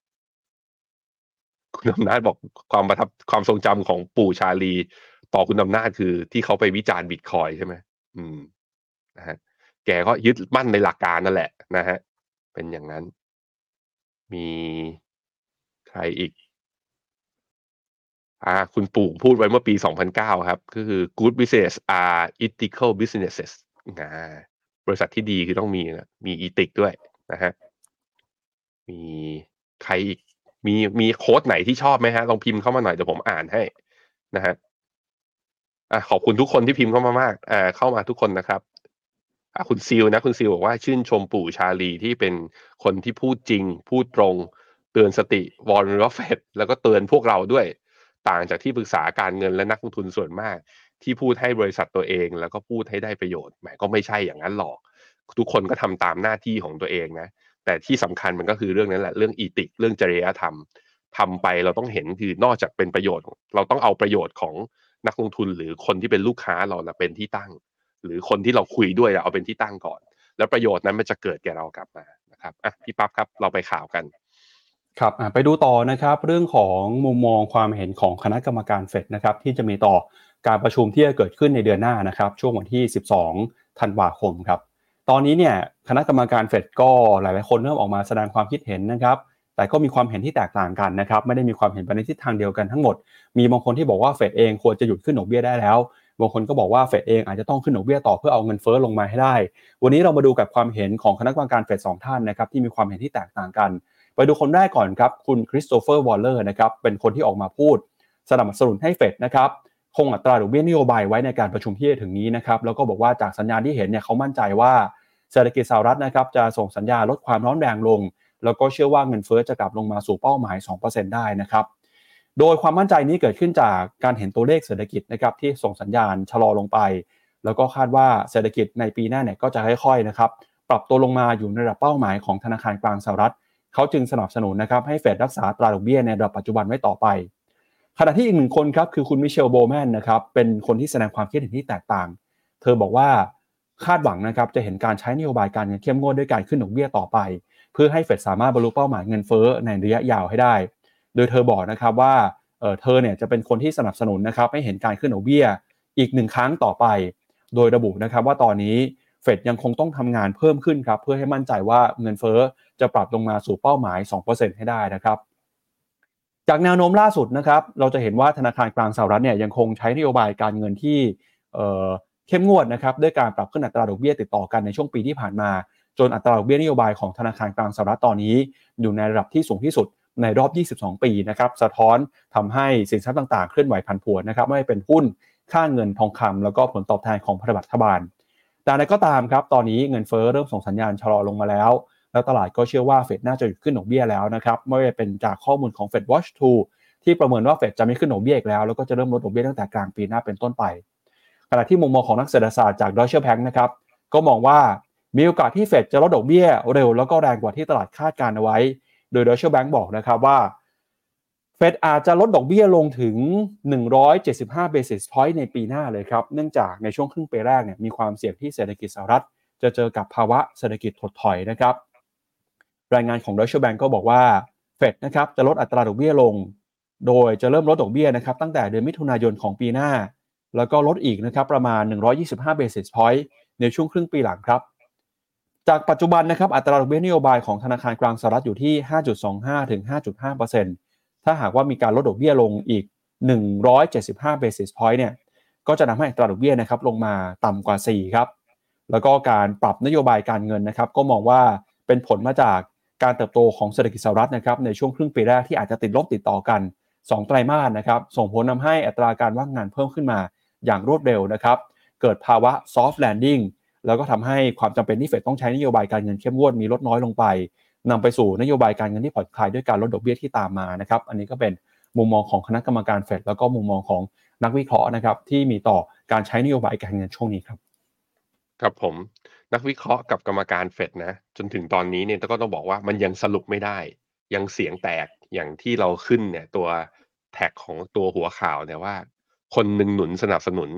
คุณอำนาจบอกความประทับความทรงจำของปู่ชาลีต่อคุณอำนาจคือที่เขาไปวิจารณ์บิตคอยใช่ไหมอืมนะฮะแกก็ยึดมั่นในหลักการนั่นแหละนะฮะเป็นอย่างนั้นมีใครอีกอ่าคุณปู่พูดไว้เมื่อปีสองพันเก้าครับก็คือ good business are ethical businesses นะบริษัทที่ดีคือต้องมีนะมีอีติกด้วยนะฮะมีใครอีกมีมีโค้ดไหนที่ชอบไหมฮะลองพิมพ์เข้ามาหน่อยเดี๋ยวผมอ่านให้นะฮะอ่ะขอบคุณทุกคนที่พิมพ์เข้ามามากอ่าเข้ามาทุกคนนะครับอ่ะคุณซิลนะคุณซิลบอกว่าชื่นชมปู่ชาลีที่เป็นคนที่พูดจริงพูดตรงเตือนสติวอร์เรน บัฟเฟตต์แล้วก็เตือนพวกเราด้วยต่างจากที่ปรึกษาการเงินและนักลงทุนส่วนมากที่พูดให้บริษัทตัวเองแล้วก็พูดให้ได้ประโยชน์แหมก็ไม่ใช่อย่างนั้นหรอกทุกคนก็ทำตามหน้าที่ของตัวเองนะแต่ที่สำคัญมันก็คือเรื่องนั้นแหละเรื่องอีติกเรื่องจริยธรรมทำไปเราต้องเห็นคือนอกจากเป็นประโยชน์เราต้องเอาประโยชน์ของนักลงทุนหรือคนที่เป็นลูกค้าเราละเป็นที่ตั้งหรือคนที่เราคุยด้วยเอาเป็นที่ตั้งก่อนแล้วประโยชน์นั้นมันจะเกิดแก่เรากลับมานะครับอ่ะพี่ปั๊บครับเราไปข่าวกันครับไปดูต่อนะครับเรื่องของมุมมองความเห็นของคณะกรรมการเฟดนะครับที่จะมีต่อการประชุมที่จะเกิดขึ้นในเดือนหน้านะครับช่วงวันที่สิบสองธันวาคมครับตอนนี้เนี่ยคณะกรรมการเฟดก็หลายๆคนเริ่มออกมาแสดงความคิดเห็นนะครับแต่ก็มีความเห็นที่แตกต่างกันนะครับไม่ได้มีความเห็นไปในทิศทางเดียวกันทั้งหมดมีบางคนที่บอกว่าเฟดเองควรจะหยุดขึ้นดอกเบี้ยได้แล้วบางคนก็บอกว่าเฟดเองอาจจะต้องขึ้นดอกเบี้ยต่อเพื่อเอาเงินเฟ้อลงมาให้ได้วันนี้เรามาดูกับความเห็นของคณะกรรมการเฟดสองท่านนะครับที่มีความเห็นที่แตกต่างกันไปดูคนแรกก่อนครับคุณคริสโตเฟอร์วอลเลอร์นะครับเป็นคนที่ออกมาพูดสนับสนุนให้เฟดนะครับคงอัตราดอกเบี้ยนโยบายไว้ในการประชุมที่จะถึงนี้นะครับแล้วก็บอกว่าจากสัญญาณที่เห็นเนี่ยเขามั่นใจว่าเศรษฐกิจสหรัฐนะครับจะส่งสัญญาลดความร้อนแรงลงแล้วก็เชื่อว่าเงินเฟ้อจะกลับลงมาสู่เป้าหมาย สองเปอร์เซ็นต์ ได้นะครับโดยความมั่นใจนี้เกิดขึ้นจากการเห็นตัวเลขเศรษฐกิจนะครับที่ส่งสัญญาณชะลอลงไปแล้วก็คาดว่าเศรษฐกิจในปีหน้าเนี่ยก็จะค่อยๆนะครับปรับตัวลงมาอยู่ในระดับเป้าหมายของธนาคารกลางสหรัฐเขาจึงสนับสนุนนะครับให้เฟดรักษาอัตราดอกเบี้ยในระดับปัจจุบันไว้ต่อไปขณะที่อีกหนึ่งคนครับคือคุณมิเชลโบแมนนะครับเป็นคนที่แสดงความคิดเห็นที่แตกต่างเธอบอกว่าคาดหวังนะครับจะเห็นการใช้นโยบายการเงินเข้มงวดด้วยการขึ้นดอกเบี้ยต่อไปเพื่อให้เฟดสามารถบรรลุเป้าหมายเงินเฟ้อในระยะยาวให้ได้โดยเธอบอกนะครับว่าเอ่อเธอเนี่ยจะเป็นคนที่สนับสนุนนะครับให้เห็นการขึ้นดอกเบี้ยอีกหนึ่งครั้งต่อไปโดยระบุนะครับว่าตอนนี้เฟดยังคงต้องทำงานเพิ่มขึ้นครับเพื่อให้มั่นใจว่าเงินเฟ้อจะปรับลงมาสู่เป้าหมาย สองเปอร์เซ็นต์ ให้ได้นะครับจากแนวโน้มล่าสุดนะครับเราจะเห็นว่าธนาคารกลางสหรัฐเนี่ยยังคงใช้นโยบายการเงินที่เอ่อเข้มงวดนะครับด้วยการปรับขึ้นอัตราดอกเบี้ยติดต่อกันในช่วงปีที่ผ่านมาจนอัตราดอกเบี้ยนโยบายของธนาคารกลางสหรัฐตอนนี้อยู่ในระดับที่สูงที่สุดในรอบยี่สิบสองปีนะครับสะท้อนทำให้สินทรัพย์ต่างๆเคลื่อนไหวผันผวนนะครับไม่ว่าเป็นหุ้นค่าเงินทองคำแล้วก็ผลตอบแทนของพันธบัตรรัฐบาลแต่อะไรก็ตามครับตอนนี้เงินเฟ้อเริ่มส่งสัญญาณชะลอลงมาแล้วแล้วตลาดก็เชื่อว่าเฟดน่าจะหยุดขึ้นดอกเบี้ยแล้วนะครับไม่ว่าเป็นจากข้อมูลของ Fed Watch ทูที่ประเมินว่าเฟดจะไม่ขึ้นดอกเบี้ยอีกแล้วแล้วก็จะเริ่มลดดอกเบี้ยตั้งแต่กลางปีหน้าเป็นต้นไปขณะที่มุมมองของนักเศรษฐศาสตร์จาก Deutsche Bank นะครับก็มองว่ามีโอกาสที่เฟดจะลดดอกเบี้ยเร็วแล้วก็แรงกว่าที่ตลาดคาดการเอาไว้โดย Deutsche Bank บอกนะครับว่าเฟดอาจจะลดดอกเบี้ยลงถึงหนึ่งร้อยเจ็ดสิบห้า basis point ในปีหน้าเลยครับเนื่องจากในช่วงครึ่งปีแรกเนี่ยมีความเสี่ยงที่เศรษฐกิจสหรัฐจะเจอกับภาวะเศรษฐกิจถดถอยนะครับรายงานของ Deutsche Bank ก็บอกว่าเฟดนะครับจะลดอัตราดอกเบี้ยลงโดยจะเริ่มลดดอกเบี้ยนะครับตั้งแต่เดือนมิถุนายนของปีหน้าแล้วก็ลดอีกนะครับประมาณหนึ่งร้อยยี่สิบห้า basis point ในช่วงครึ่งปีหลังครับจากปัจจุบันนะครับอัตราดอกเบี้ยนโยบายของธนาคารกลางสหรัฐอยู่ที่ ห้าจุดสองห้า ถึง ห้าจุดห้าเปอร์เซ็นต์ ถ้าหากว่ามีการลดดอกเบี้ยลงอีกหนึ่งร้อยเจ็ดสิบห้า basis point เนี่ยก็จะทำให้อัตราดอกเบี้ยนะครับลงมาต่ำกว่าสี่ครับแล้วก็การปรับนโยบายการเงินนะครับก็มองว่าเป็นผลมาจากการเติบโตของเศรษฐกิจสหรัฐนะครับในช่วงครึ่งปีแรกที่อาจจะติดลบติดต่อกันสองไตรมาสนะครับส่งผลทำให้อัตราการว่างงานเพิ่มขึ้นมาอย่างรวดเร็วนะครับเกิดภาวะ soft landing แล้วก็ทำให้ความจำเป็นที่เฟดต้องใช้นโยบายการเงินเข้มงวดมีลดน้อยลงไปนำไปสู่นโยบายการเงินที่ผ่อนคลายด้วยการลดดอกเบี้ยที่ตามมานะครับอันนี้ก็เป็นมุมมองของคณะกรรมการเฟดแล้วก็มุมมองของนักวิเคราะห์นะครับที่มีต่อการใช้นโยบายการเงินช่วงนี้ครับครับผมนักวิเคราะห์กับกรรมการเฟดนะจนถึงตอนนี้เนี่ยก็ต้องบอกว่ามันยังสรุปไม่ได้ยังเสียงแตกอย่างที่เราขึ้นเนี่ยตัวแท็กของตัวหัวข่าวเนี่ยว่าคนหนึ่งหนุนสนับสนุน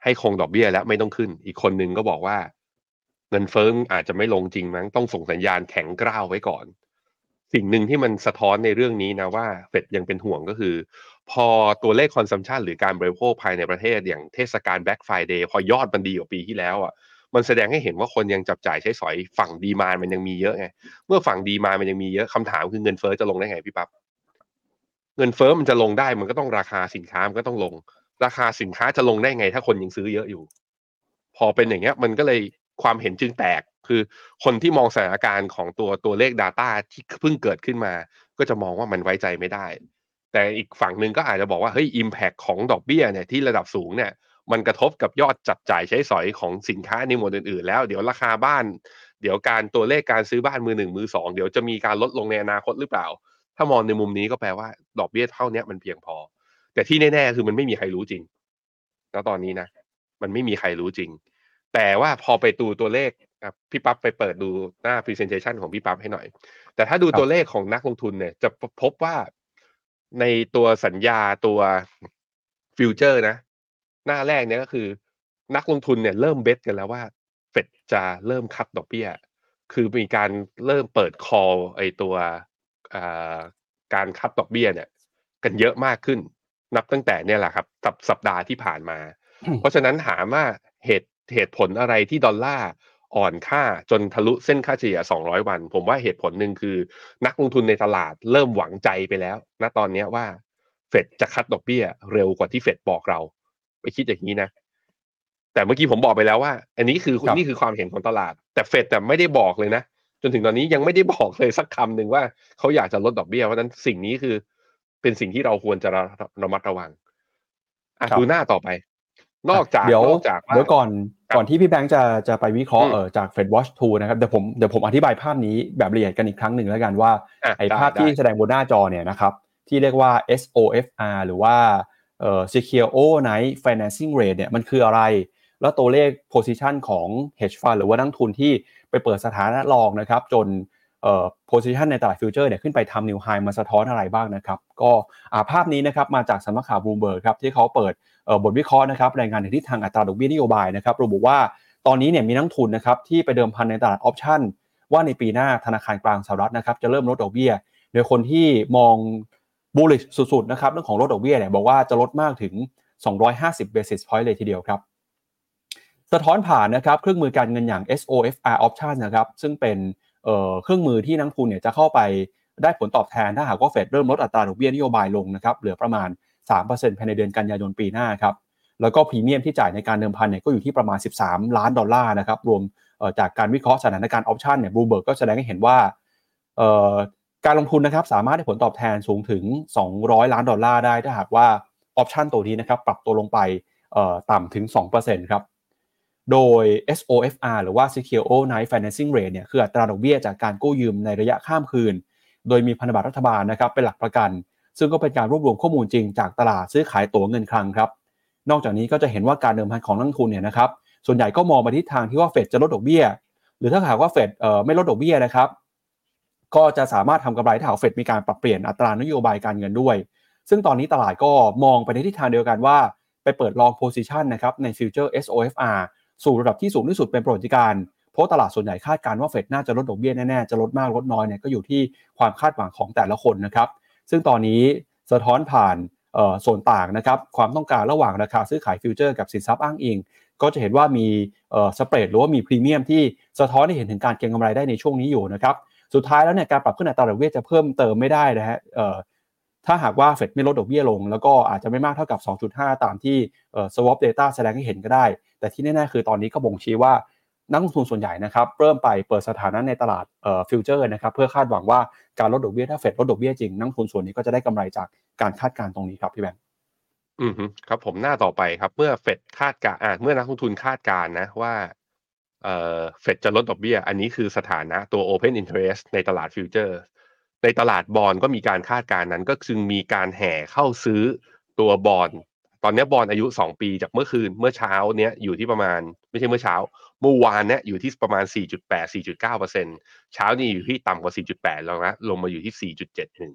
ให้คงดอกเบี้ยและไม่ต้องขึ้นอีกคนนึงก็บอกว่าเงินเฟ้ออาจจะไม่ลงจริงมั้งต้องส่งสัญญาณแข็งกร้าวไว้ก่อนสิ่งหนึ่งที่มันสะท้อนในเรื่องนี้นะว่าเฟดยังเป็นห่วงก็คือพอตัวเลขคอนซัมชันหรือการบริโภคภายในประเทศอย่างเทศกาล Black Friday พอยอดมันดีกว่าปีที่แล้วอ่ะมันแสดงให้เห็นว่าคนยังจับจ่ายใช้สอยฝั่งดีมานด์มันยังมีเยอะไงเมื่อฝั่งดีมานด์มันยังมีเยอะคำถามคือเงินเฟ้อจะลงได้ไงพี่ปั๊บเงินเฟ้อมันจะลงได้มันก็ต้องราคาสินค้ามันก็ต้องลงราคาสินค้าจะลงได้ไงถ้าคนยังซื้อเยอะอยู่พอเป็นอย่างเงี้ยมันก็เลยความเห็นจึงแตกคือคนที่มองสถานการณ์ของตัวตัวเลข Data ที่เพิ่งเกิดขึ้นมาก็จะมองว่ามันไว้ใจไม่ได้แต่อีกฝั่งหนึ่งก็อาจจะบอกว่าเฮ้ย impact ของดอกเบี้ยเนี่ยที่ระดับสูงเนี่ยมันกระทบกับยอดจับจ่ายใช้สอยของสินค้าในหมวดอื่นๆแล้วเดี๋ยวราคาบ้านเดี๋ยวการตัวเลขการซื้อบ้านมือหนึ่งมือสองเดี๋ยวจะมีการลดลงในอนาคตหรือเปล่าถ้ามองในมุมนี้ก็แปลว่าดอกเบี้ยเท่านี้มันเพียงพอแต่ที่แน่ๆคือมันไม่มีใครรู้จริงแล้วตอนนี้นะมันไม่มีใครรู้จริงแต่ว่าพอไปดูตัวเลขพี่ปั๊บไปเปิดดูหน้า presentation ของพี่ปั๊บให้หน่อยแต่ถ้าดูตัวเลขของนักลงทุนเนี่ยจะพบว่าในตัวสัญญาตัวฟิวเจอร์นะหน้าแรกเนี่ยก็คือนักลงทุนเนี่ยเริ่มเบสกันแล้วว่าเฟดจะเริ่มคัทดอกเบี้ยคือมีการเริ่มเปิด call ไอตัวการคัทดอกเบี้ยเนี่ยกันเยอะมากขึ้นนับตั้งแต่เนี่ยแหละครับสัปสัปดาห์ที่ผ่านมาเพราะฉะนั้นถามว่าเหตุเหตุผลอะไรที่ดอลลาร์อ่อนค่าจนทะลุเส้นค่าเฉลี่ยสองร้อยวันผมว่าเหตุผลหนึ่งคือนักลงทุนในตลาดเริ่มหวังใจไปแล้วณตอนนี้ว่าเฟดจะคัทดอกเบี้ยเร็วกว่าที่เฟดบอกเราไปคิดอย่างนี้นะแต่เมื่อกี้ผมบอกไปแล้วว่าอันนี้คือนี่คือความเห็นของตลาดแต่เฟดแต่ไม่ได้บอกเลยนะจนถึงตอนนี้ยังไม่ได้บอกเลยสักคำหนึ่งว่าเขาอยากจะลดดอกเบี้ยเพราะฉะนั้นสิ่งนี้คือเป็นสิ่งที่เราควรจะระมัดระวังอ่ะดูหน้าต่อไปนอกจากเดี๋ยวนอกจากเดี๋ยวก่อนก่อนที่พี่แบงค์จะจะไปวิเคราะห์เออจาก Fed Watch ทูนะครับเดี๋ยวผมเดี๋ยวผมอธิบายภาพนี้แบบละเอียดกันอีกครั้งหนึ่งแล้วกันว่าไอ้ภาพที่แสดงบนหน้าจอเนี่ยนะครับที่เรียกว่า เอส โอ เอฟ อาร์ หรือว่าเอ่อ Secure Overnight Financing Rate เนี่ยมันคืออะไรแล้วตัวเลข position ของ hedge fund หรือว่านักทุนที่ไปเปิดสถานะรองนะครับจนเอ่อ position ในตลาดฟิวเจอร์เนี่ยขึ้นไปทำ new high มาสะท้อนอะไรบ้างนะครับก็อ่าภาพนี้นะครับมาจากสำนักข่าว Bloomberg ครับที่เขาเปิดเอ่อบทวิเคราะห์นะครับรายงานถึงทิศทางอัตราดอกเบี้ยนโยบายนะครับระบุว่าตอนนี้เนี่ยมีนักทุนนะครับที่ไปเดิมพันในตลาดออปชั่นว่าในปีหน้าธนาคารกลางสหรัฐนะครับจะเริ่มลดดอกเบี้ยโดยคนที่มอง bullish สุดๆนะครับเรื่องของลดดอกเบี้ยเนี่ยบอกว่าจะลดมากถึงสองร้อยห้าสิบ basis point เลยทีเดียวครับสะท้อนผ่านนะครับเครื่องมือการเงินอย่าง เอส โอ เอฟ อาร์ Option นะครับซึ่งเป็นเอ่อเครื่องมือที่นักทุนเนี่ยจะเข้าไปได้ผลตอบแทนถ้าหากว่าเฟดเริ่มลดอัตราดอกเบี้ยนโยบายลงนะครับเหลือประมาณ สามเปอร์เซ็นต์ ภายในเดือนกันยายนปีหน้าครับแล้วก็พรีเมียมที่จ่ายในการเดิมพันเนี่ยก็อยู่ที่ประมาณสิบสามล้านดอลลาร์นะครับรวมเอ่อจากการวิเคราะห์สถานการณ์ออปชั่นเนี่ย Bloomberg ก็แสดงให้เห็นว่าเอ่อการลงทุนนะครับสามารถได้ผลตอบแทนสูงถึงสองร้อยล้านดอลลาร์ได้ถ้าหากว่าออปชั่นตัวนี้นะครับปรับตัวลงไปเอ่อต่ำถึง สองเปอร์เซ็นต์ ครับโดย เอส โอ เอฟ อาร์ หรือว่า Secure Overnight Financing Rate เนี่ยคืออัตราดอกเบี้ยจากการกู้ยืมในระยะข้ามคืนโดยมีพันธบัตรรัฐบาลนะครับเป็นหลักประกันซึ่งก็เป็นการรวบรวมข้อมูลจริงจากตลาดซื้อขายตั๋วเงินคลังครับนอกจากนี้ก็จะเห็นว่าการเดิมพันของนักลงทุนเนี่ยนะครับส่วนใหญ่ก็มองไปทิศทางที่ว่าเฟดจะลดดอกเบี้ยหรือถ้าหากว่าเฟดเอ่อไม่ลดดอกเบี้ยนะครับก็จะสามารถทำกำไรถ้าหากเฟดมีการปรับเปลี่ยนอัตรานโยบายการเงินด้วยซึ่งตอนนี้ตลาดก็มองไปในทิศทางเดียวกันว่าไปเปิดลองโพซิชันนะครับในฟิวเจอร์ เอส โอ เอฟ อาร์ สู่ระดับที่สูงที่สุดเป็นประวัติการณ์เพราะตลาดส่วนใหญ่คาดการณ์ว่าเฟดน่าจะลดดอกเบี้ยแน่ๆจะลดมากลดน้อยเนี่ยก็อยู่ที่ความคาดหวังของแต่ละคนนะครับซึ่งตอนนี้สะท้อนผ่านส่วนต่างนะครับความต้องการระหว่างราคาซื้อขายฟิวเจอร์กับสินทรัพย์อ้างอิงก็จะเห็นว่ามีสเปรดหรือว่ามีพรีเมียมที่สะท้อนให้เห็นถึงการเก็งกำไรได้ในช่วงนี้อยู่นะครับสุดท้ายแล้วเนี่ยการปรับขึ้นอัตราดอกเบี้ยจะเพิ่มเติมไม่ได้นะฮะถ้าหากว่าเฟดไม่ลดดอกเบี้ยลงแล้วก็อาจจะไม่มากเท่ากับ สองจุดห้า ตามที่ swap data แสดงให้เห็นก็ได้แต่ที่แน่ๆคือตอนนี้ก็บ่งชี้ว่านักลงทุนส่วนใหญ่นะครับเริ่มไปเปิดสถานะในตลาดเอ่อฟิวเจอร์นะครับเพื่อคาดหวังว่าการลดดอกเบี้ยถ้าเฟดลดดอกเบี้ยจริงนักลงทุนส่วนนี้ก็จะได้กำไรจากการคาดการณ์ตรงนี้ครับพี่แบงค์อือฮึครับผมหน้าต่อไปครับเมื่อเฟดคาดการณ์อ่าเมื่อนักลงทุนคาดการณ์นะว่าเอ่อเฟดจะลดดอกเบี้ยอันนี้คือสถานะตัว Open Interest ในตลาดฟิวเจอร์ในตลาดบอนด์ก็มีการคาดการณ์นั้นก็จึงมีการแห่เข้าซื้อตัวบอนด์ตอนนี้บอนด์อายุสองปีจากเมื่อคืนเมื่อเช้าเนี้ยอยู่ที่ประมาณไม่ใช่เมื่อเช้าเมื่อวานเนี้ยอยู่ที่ประมาณ สี่จุดแปด สี่จุดเก้าเปอร์เซ็นต์ เช้านี้อยู่ที่ต่ำกว่า สี่จุดแปด แล้วนะลงมาอยู่ที่ สี่จุดเจ็ดหนึ่ง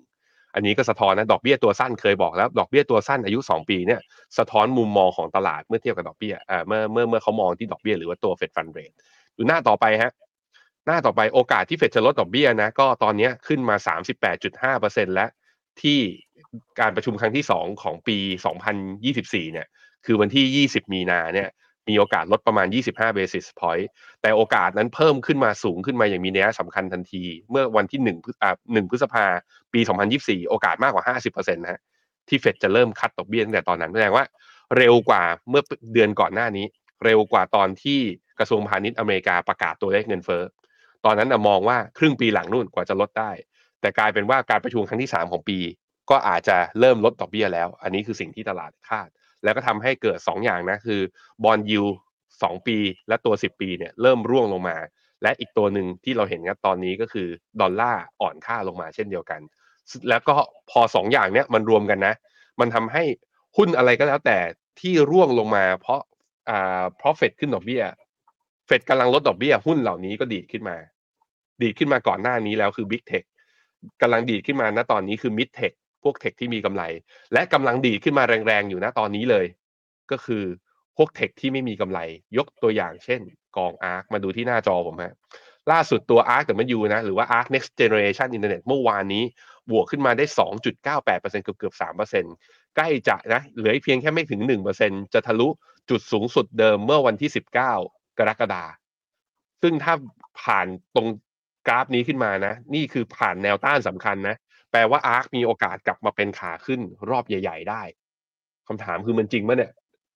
อันนี้ก็สะท้อนนะดอกเบี้ยตัวสั้นเคยบอกแล้วดอกเบี้ยตัวสั้นอายุสองปีเนี่ยสะท้อนมุมมองของตลาดเมื่อเทียบกับดอกเบี้ยอ่าเมื่อเมื่อเมื่อเขามองที่ดอกเบี้ยหรือว่าตัว Fed Fund Rate ดูหน้าต่อไปฮะหน้าต่อไปโอกาสที่เฟดจะลดดอกเบี้ยนะก็ตอนนี้ขึ้นมา สามสิบแปดจุดห้าเปอร์เซ็นต์ แล้วที่การประชุมครั้งที่สองของปีสองพันยี่สิบสี่เนี่ยคือวันที่ยี่สิบมีนาเนี่ยมีโอกาสลดประมาณยี่สิบห้า basis point แต่โอกาสนั้นเพิ่มขึ้นมาสูงขึ้นมาอย่างมีนัยสำคัญทันทีเมื่อวันที่หนึ่งอ่าหนึ่งพฤษภาปีสองพันยี่สิบสี่โอกาสมากกว่า ห้าสิบเปอร์เซ็นต์ นะฮะที่เฟดจะเริ่มคัดดอกเบี้ยตั้งแต่ตอนนั้นแสดงว่าเร็วกว่าเมื่อเดือนก่อนหน้านี้เร็วกว่าตอนที่กระทรวงพาณิชย์อเมริกาประกาศตัวเลขเงินเฟ้อตอนนั้นนะมองว่าครึ่งปีหลังนู่นกว่าจะลดได้แต่กลายเป็นว่าการประชุมครั้งที่สามของปีก็อาจจะเริ่มลดดอกเบี้ยแล้วอันนี้คือสิ่งที่ตลาดคาดแล้วก็ทำให้เกิดสองอย่างนะคือบอนด์ยิลด์สองปีและตัวสิบปีเนี่ยเริ่มร่วงลงมาและอีกตัวหนึ่งที่เราเห็นกันตอนนี้ก็คือดอลลาร์อ่อนค่าลงมาเช่นเดียวกันแล้วก็พอสองอย่างเนี้ยมันรวมกันนะมันทำให้หุ้นอะไรก็แล้วแต่ที่ร่วงลงมาเพราะอ่าเพราะเฟดขึ้นดอกเบี้ยเฟดกำลังลดดอกเบี้ยหุ้นเหล่านี้ก็ดีดขึ้นมาดีดขึ้นมาก่อนหน้านี้แล้วคือ Big Tech กำลังดีดขึ้นมาณตอนนี้คือ Mid Tech พวกเทคที่มีกำไรและกำลังดีดขึ้นมาแรงๆอยู่ณตอนนี้เลยก็คือพวกเทคที่ไม่มีกำไรยกตัวอย่างเช่นกอง อาร์ค มาดูที่หน้าจอผมฮะล่าสุดตัว อาร์ค แต่มันอยู่นะหรือว่า อาร์ค Next Generation Internet เมื่อวานนี้บวกขึ้นมาได้ สองจุดเก้าแปดเปอร์เซ็นต์ เกือบๆ สามเปอร์เซ็นต์ ใกล้จะนะเหลือเพียงแค่ไม่ถึง หนึ่งเปอร์เซ็นต์ จะทะลุจุดสูงสุดเดิมเมื่อวันที่สิบเก้ากรกฎาคมซึ่งถ้าผ่านตรงกราฟนี้ขึ้นมานะนี่คือผ่านแนวต้านสำคัญนะแปลว่า อาร์ค มีโอกาสกลับมาเป็นขาขึ้นรอบใหญ่ๆได้คำถามคือมันจริงมั้ยเนี่ย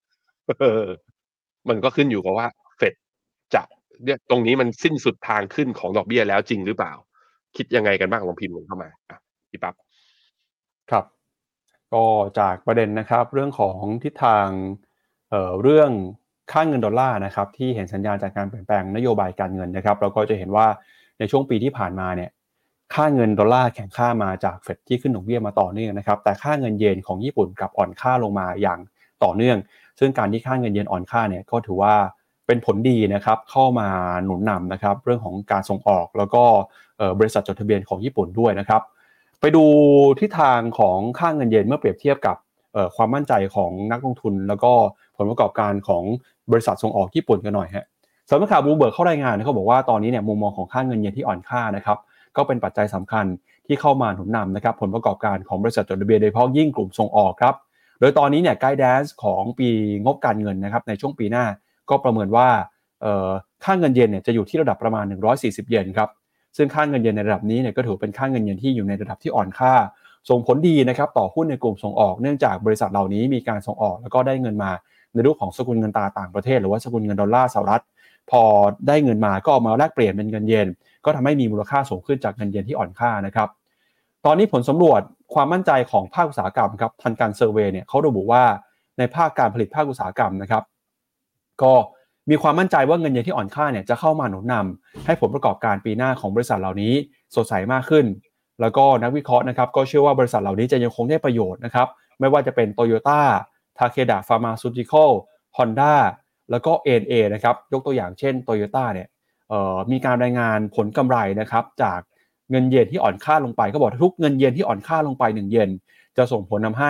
มันก็ขึ้นอยู่กับว่าเฟดจะเนี่ยตรงนี้มันสิ้นสุดทางขึ้นของดอกเบี้ยแล้วจริงหรือเปล่าคิดยังไงกันบ้างลองพิมพ์ลงเข้ามาอ่ะพี่ปั๊บครับก็จากประเด็นนะครับเรื่องของทิศทางเอ่อเรื่องค่าเงินดอลลาร์นะครับที่เห็นสัญญาณจากการเปลี่ยนแปลงนโยบายการเงินนะครับเราก็จะเห็นว่าในช่วงปีที่ผ่านมาเนี่ยค่าเงินดอลลาร์แข็งค่ามาจากเฟดที่ขึ้นดอกเบี้ยมาต่อเนื่องนะครับแต่ค่าเงินเยนของญี่ปุ่นกลับอ่อนค่าลงมาอย่างต่อเนื่องซึ่งการที่ค่าเงินเยนอ่อนค่าเนี่ยก็ถือว่าเป็นผลดีนะครับเข้ามาหนุนนำนะครับเรื่องของการส่งออกแล้วก็บริษัทจดทะเบียนของญี่ปุ่นด้วยนะครับไปดูทิศทางของค่าเงินเยนเมื่อเปรียบเทียบกับความมั่นใจของนักลงทุนแล้วก็ผลประกอบการของบริษัทส่งออกญี่ปุ่นกันหน่อยฮะสำนักข่าวบลูเบิร์กเข้ารายงานเขาบอกว่าตอนนี้เนี่ยมุมมองของค่าเงินเยนที่อ่อนค่านะครับก็เป็นปัจจัยสำคัญที่เข้ามาหนุนนำนะครับผลประกอบการของบริษัทจดทะเบียนโดยเฉพาะยิ่งกลุ่มส่งออกครับโดยตอนนี้เนี่ยไกด์แดนซ์ของปีงบการเงินนะครับในช่วงปีหน้าก็ประเมินว่าค่าเงินเยนเนี่ยจะอยู่ที่ระดับประมาณหนึ่งร้อยสี่สิบเยนครับซึ่งค่าเงินเยนในระดับนี้เนี่ยก็ถือเป็นค่าเงินเยนที่อยู่ในระดับที่อ่อนค่าส่งผลดีนะครับต่อหุ้นในกลุ่มส่งออกเนื่องจากบริษัทเหล่านี้มีการส่งออกแล้วก็ได้เงินมาในรูปของสกุลเงินตราต่างประเทศหรือว่าสกุลเงินดอลลาร์สหรัฐพอได้เงินมาก็เอามาแลกเปลี่ยนเป็นเงินเยนก็ทำให้มีมูลค่าสูงขึ้นจากเงินเยนที่อ่อนค่านะครับตอนนี้ผลสำรวจความมั่นใจของภาคอุตสาหกรรมครับทันการเซอร์เวย์เนี่ยเขาระบุว่าในภาคการผลิตภาคอุตสาหกรรมนะครับก็มีความมั่นใจว่าเงินเยนที่อ่อนค่าเนี่ยจะเข้ามาหนุนนำให้ผลประกอบการปีหน้าของบริษัทเหล่านี้สดใสมากขึ้นแล้วก็นักวิเคราะห์นะครับก็เชื่อว่าบริษัทเหล่านี้จะยังคงได้ประโยชน์นะครับไม่ว่าจะเป็น Toyota Takeda Pharmaceutical Honda แล้วก็ เอ เอ็น เอ นะครับยกตัวอย่างเช่น Toyota เนี่ยมีการรายงานผลกำไรนะครับจากเงินเยนที่อ่อนค่าลงไปเขาบอกทุกเงินเยนที่อ่อนค่าลงไปหนึ่งเยนจะส่งผลทำให้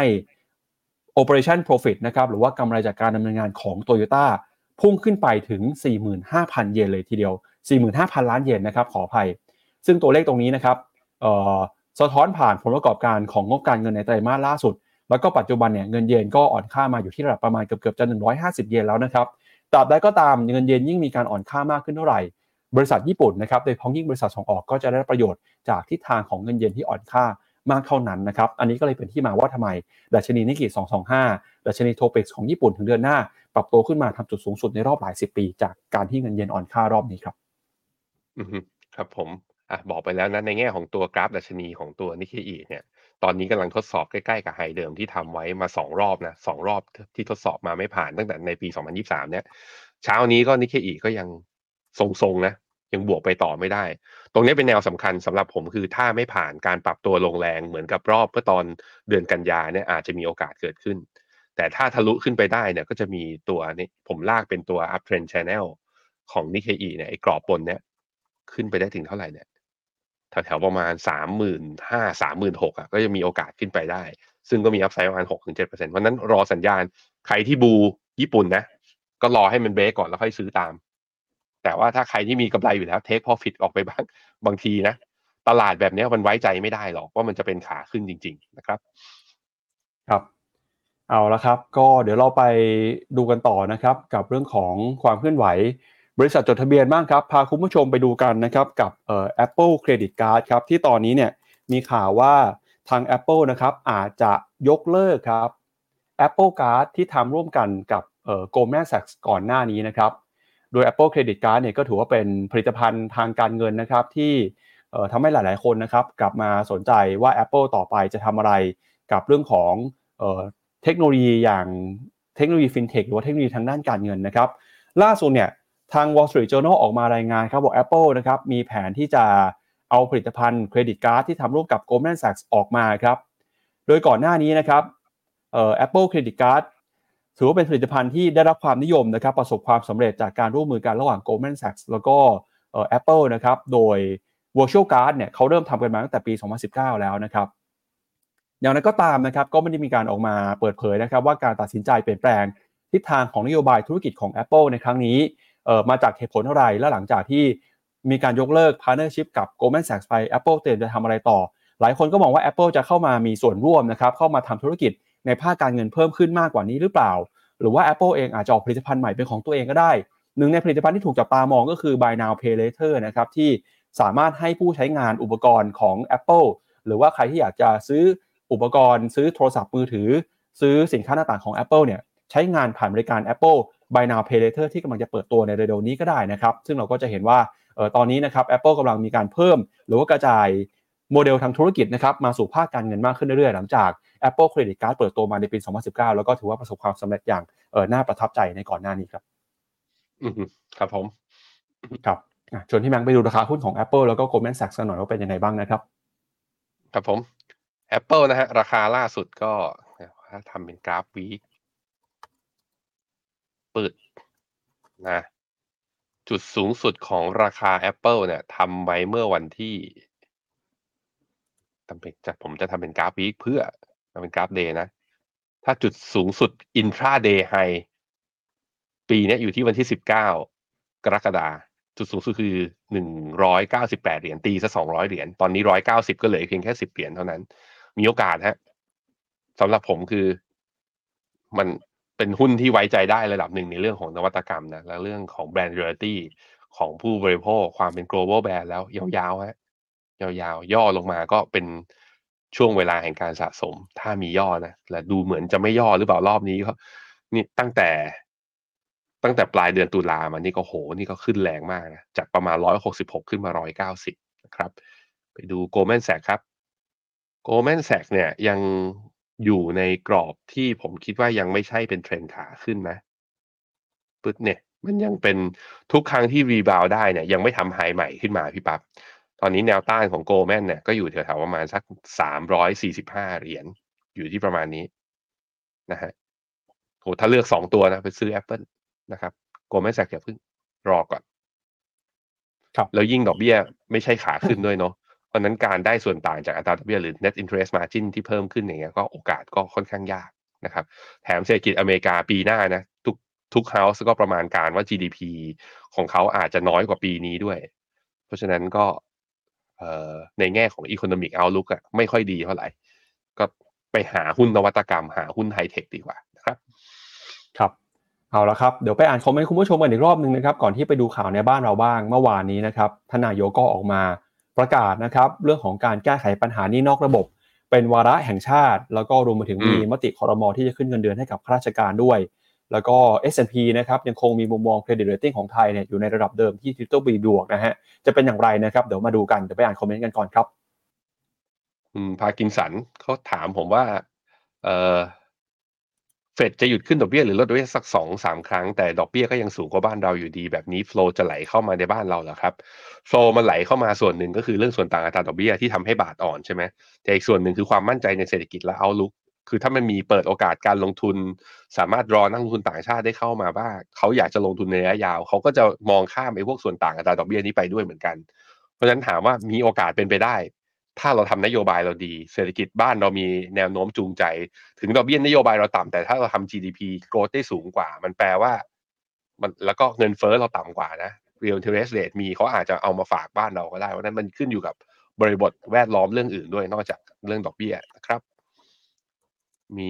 Operation Profit นะครับหรือว่ากำไรจากการดำเนินงานของ Toyota พุ่งขึ้นไปถึง สี่หมื่นห้าพัน เยนเลยทีเดียว สี่หมื่นห้าพัน ล้านเยนนะครับขออภัยซึ่งตัวเลขตรงนี้นะครับสะท้อนผ่านผลประกอบการของงบการเงินในไตรมาสล่าสุดแล้วก็ปัจจุบันเนี่ยเงินเยนก็อ่อนค่ามาอยู่ที่ระดับประมาณเกือบๆจะหนึ่งร้อยห้าสิบเยนแล้วนะครับตราบใดก็ตามเงินเยนยิ่งมีการอ่อนค่ามากขึ้นเท่าไหร่บริษัทญี่ปุ่นนะครับโดยเฉพาะยิ่งบริษัทส่งออกก็จะได้ประโยชน์จากทิศทางของเงินเยนที่อ่อนค่ามากเท่านั้นนะครับอันนี้ก็เลยเป็นที่มาว่าทำไมดัชนีนิกเกิลสองร้อยยี่สิบห้าดัชนีโทปิกส์ของญี่ปุ่นถึงเดือนหน้าปรับตัวขึ้นมาทำจุดสูงสุดในรอบหลายสิบปีจากการที่เงินเยนอ่อนค่ารอบนี้ครับอือฮึครับผมอ่ะบอกไปแล้วนะในแง่ของตัวกราฟดัชนีของตัว Nikkei เนี่ยตอนนี้กำลังทดสอบใกล้ๆกับไฮเดิมที่ทำไว้มาสองรอบนะสองรอบที่ทดสอบมาไม่ผ่านตั้งแต่ในปีสองพันยี่สิบสามเนี่ยเช้านี้ก็ Nikkei ก็ยังทรงๆนะยังบวกไปต่อไม่ได้ตรงนี้เป็นแนวสำคัญสำหรับผมคือถ้าไม่ผ่านการปรับตัวลงแรงเหมือนกับรอบเมื่อตอนเดือนกันยาเนี่ยอาจจะมีโอกาสเกิดขึ้นแต่ถ้าทะลุขึ้นไปได้เนี่ยก็จะมีตัวนี้ผมลากเป็นตัว uptrend channel ของ Nikkei เนี่ยไอ้กรอบบนเนี่ยขึ้นไปได้ถึงเท่าไหร่เนี่ยแถวๆประมาณ สามหมื่นห้าพัน สามหมื่นหกพัน อ่ะก็จะมีโอกาสขึ้นไปได้ซึ่งก็มีอัพไซด์ประมาณ หกถึงเจ็ดเปอร์เซ็นต์ เพราะนั้นรอสัญญาณใครที่บูญี่ปุ่นนะก็รอให้มันเบรกก่อนแล้วค่อยซื้อตามแต่ว่าถ้าใครที่มีกำไรอยู่แล้วเทค profit ออกไปบ้างบางทีนะตลาดแบบนี้มันไว้ใจไม่ได้หรอกว่ามันจะเป็นขาขึ้นจริงๆนะครับครับเอาละครับก็เดี๋ยวเราไปดูกันต่อนะครับกับเรื่องของความเคลื่อนไหวบริษัทจดทะเบียนบ้างครับพาคุณผู้ชมไปดูกันนะครับกับเอ่อ Apple Credit Card ครับที่ตอนนี้เนี่ยมีข่าวว่าทาง Apple นะครับอาจจะยกเลิกครับ Apple Card ที่ทำร่วมกันกับเอ่อ Goldman Sachs ก่อนหน้านี้นะครับโดย Apple Credit Card เนี่ยก็ถือว่าเป็นผลิตภัณฑ์ทางการเงินนะครับที่เอ่อทำให้หลายๆคนนะครับกลับมาสนใจว่า Apple ต่อไปจะทำอะไรกับเรื่องของเอ่อเทคโนโลยีอย่างเทคโนโลยีฟินเทคหรือว่าเทคโนโลยีทางด้านการเงินนะครับล่าสุดเนี่ยทาง Wall Street Journal ออกมารายงานครับบอก Apple นะครับมีแผนที่จะเอาผลิตภัณฑ์เครดิตการ์ดที่ทำร่วมกับ Goldman Sachs ออกมาครับโดยก่อนหน้านี้นะครับเอ่อ Apple Credit Card ถือว่าเป็นผลิตภัณฑ์ที่ได้รับความนิยมนะครับประสบความสำเร็จจากการร่วมมือกันระหว่าง Goldman Sachs แล้วก็เอ่อ Apple นะครับโดย Virtual Card เนี่ยเขาเริ่มทำกันมาตั้งแต่ปีสองพันสิบเก้าแล้วนะครับอย่างนั้นก็ตามนะครับก็ไม่ได้มีการออกมาเปิดเผยนะครับว่าการตัดสินใจเปลี่ยนแปลงทิศทางของนโยบายธุรกิจของ Apple ในครั้งนี้เอ่อมาจากเหตุผลอะไรและหลังจากที่มีการยกเลิก partnership กับ Goldman Sachs ไป Apple เตรียมจะทำอะไรต่อหลายคนก็มองว่า Apple จะเข้ามามีส่วนร่วมนะครับเข้ามาทำธุรกิจในภาคการเงินเพิ่มขึ้นมากกว่านี้หรือเปล่าหรือว่า Apple เองอาจจะออกผลิตภัณฑ์ใหม่เป็นของตัวเองก็ได้หนึ่งในผลิตภัณฑ์ที่ถูกจับตามองก็คือ Buy Now Pay Later นะครับที่สามารถให้ผู้ใช้งานอุปกรณ์ของ Apple หรือว่าใครที่อยากจะซื้ออุปกรณ์ซื้อโทรศัพท์มือถือซื้อสินค้าต่างๆของ Apple เนี่ยใช้งานผ่านบริการ Apple Buy Now Pay Later ที่กำลังจะเปิดตัวในเร็วๆนี้ก็ได้นะครับซึ่งเราก็จะเห็นว่าเอ่อตอนนี้นะครับ Apple กำลังมีการเพิ่มหรือว่ากระจายโมเดลทางธุรกิจนะครับมาสู่ภาคการเงินมากขึ้นเรื่อยๆหลังจาก Apple Credit Card เปิดตัวมาในปีสองพันสิบเก้าแล้วก็ถือว่าประสบความสำเร็จอย่างเอ่อน่าประทับใจในก่อนหน้านี้ครับอือฮึครับผมครับอ่ะชวนพี่แมงไปดูราคาหุ้นของ Apple แล้วก็ Goldman Sachs กันหน่อยว่าเป็นยังไงบ้างนะครับครับผม Apple นะฮะราคาล่าสุดก็ถ้าทำเป็นกราฟวีคเปิดนะจุดสูงสุดของราคา Apple เนี่ยทำไว้เมื่อวันที่ทำเป็นจะผมจะทำเป็นกราฟวีคเพื่อทำเป็นกราฟเดย์นะถ้าจุดสูงสุด intraday high ปีนี้อยู่ที่วันที่สิบเก้ากรกฎาคมจุดสูงสุดคือหนึ่งร้อยเก้าสิบแปดเหรียญตีซะสองร้อยเหรียญตอนนี้หนึ่งร้อยเก้าสิบก็เหลือเพียงแค่สิบเหรียญเท่านั้นมีโอกาสฮะสำหรับผมคือมันเป็นหุ้นที่ไว้ใจได้ระดับหนึ่งในเรื่องของนวัตกรรมนะและเรื่องของแบรนด์ loyalty ของผู้บริโภคความเป็น global brand แล้วยาวๆฮะยาวๆย่อลงมาก็เป็นช่วงเวลาแห่งการสะสมถ้ามีย่อนะและดูเหมือนจะไม่ย่อหรือเปล่ารอบนี้ก็นี่ตั้งแต่ตั้งแต่ปลายเดือนตุลามานี่ก็โหนี่ก็ขึ้นแรงมากนะจากประมาณหนึ่งร้อยหกสิบหกขึ้นมาหนึ่งร้อยเก้าสิบนะครับไปดู Goldman Sachs ครับ Goldman Sachs เนี่ยยังอยู่ในกรอบที่ผมคิดว่ายังไม่ใช่เป็นเทรนด์ขาขึ้นนะปึ๊ดเนี่ยมันยังเป็นทุกครั้งที่รีบาวได้เนี่ยยังไม่ทำไฮใหม่ขึ้นมาพี่ปั๊บตอนนี้แนวต้านของ Goldman เนี่ยก็อยู่แถวๆประมาณสักสามร้อยสี่สิบห้าเหรียญอยู่ที่ประมาณนี้นะฮะโหถ้าเลือกสองตัวนะไปซื้อ Apple นะครับ Goldman Sachs อย่าเพิ่งรอก่อนครับแล้วยิ่งดอกเบี้ยไม่ใช่ขาขึ้นด้วยเนาะเพราะนั้นการได้ส่วนต่างจากอัตราดอกเบี้ยหรือ net interest margin ที่เพิ่มขึ้นอย่างเงี้ยก็โอกาสก็ค่อนข้างยากนะครับแถมเศรษฐกิจอเมริกาปีหน้านะทุกทุก house ก็ประมาณการว่า จี ดี พี ของเขาอาจจะน้อยกว่าปีนี้ด้วยเพราะฉะนั้นก็เอ่อในแง่ของ economic outlook อะไม่ค่อยดีเท่าไหร่ก็ไปหาหุ้นนวัตกรรมหาหุ้นไฮเทคดีกว่านะครับครับเอาละครับเดี๋ยวไปอ่านคอมเมนต์คุณผู้ชมกันอีกรอบนึงนะครับก่อนที่ไปดูข่าวในบ้านเราบ้างเมื่อวานนี้นะครับทนายกก็ออกมาประกาศนะครับเรื่องของการแก้ไขปัญหานี้นอกระบบเป็นวาระแห่งชาติแล้วก็รวมไปถึงมีมติครม.ที่จะขึ้นเงินเดือนให้กับข้าราชการด้วยแล้วก็ เอส แอนด์ พี นะครับยังคงมีมุมมอง credit rating ของไทยเนี่ยอยู่ในระดับเดิมที่ Triple B บวกนะฮะจะเป็นอย่างไรนะครับเดี๋ยวมาดูกันเดี๋ยวไปอ่านคอมเมนต์กันก่อนครับคุณพากินสันเขาถามผมว่าเอ่อเฟดจะหยุดขึ้นดอกเบี้ยหรือลดดอกเบี้ยสัก สองถึงสาม ครั้งแต่ดอกเบี้ยก็ยังสูงกว่าบ้านเราอยู่ดีแบบนี้โฟลว์จะไหลเข้ามาในบ้านเราเหรอครับโฟลว์มันไหลเข้ามาส่วนหนึ่งก็คือเรื่องส่วนต่างอัตราดอกเบี้ยที่ทำให้บาทอ่อนใช่ไหมแต่อีกส่วนหนึ่งคือความมั่นใจในเศรษฐกิจและเอาท์ลุคคือถ้ามันมีเปิดโอกาสการลงทุนสามารถรอนักลงทุนต่างชาติได้เข้ามาบ้างเขาอยากจะลงทุนในระยะยาวเขาก็จะมองข้ามไอ้พวกส่วนต่างอัตราดอกเบี้ยนี้ไปด้วยเหมือนกันเพราะฉะนั้นถามว่ามีโอกาสเป็นไปได้ถ้าเราทำนโยบายเราดีเศรษฐกิจบ้านเรามีแนวโน้มจูงใจถึงดอกเบี้ยนโยบายเราต่ำแต่ถ้าเราทำ จี ดี พี growth ได้สูงกว่ามันแปลว่ามันแล้วก็เงินเฟ้อเราต่ำกว่านะ real interest rate มีเขาอาจจะเอามาฝากบ้านเราก็ได้เพราะนั้นมันขึ้นอยู่กับบริบทแวดล้อมเรื่องอื่นด้วยนอกจากเรื่องดอกเบี้ยนะครับมี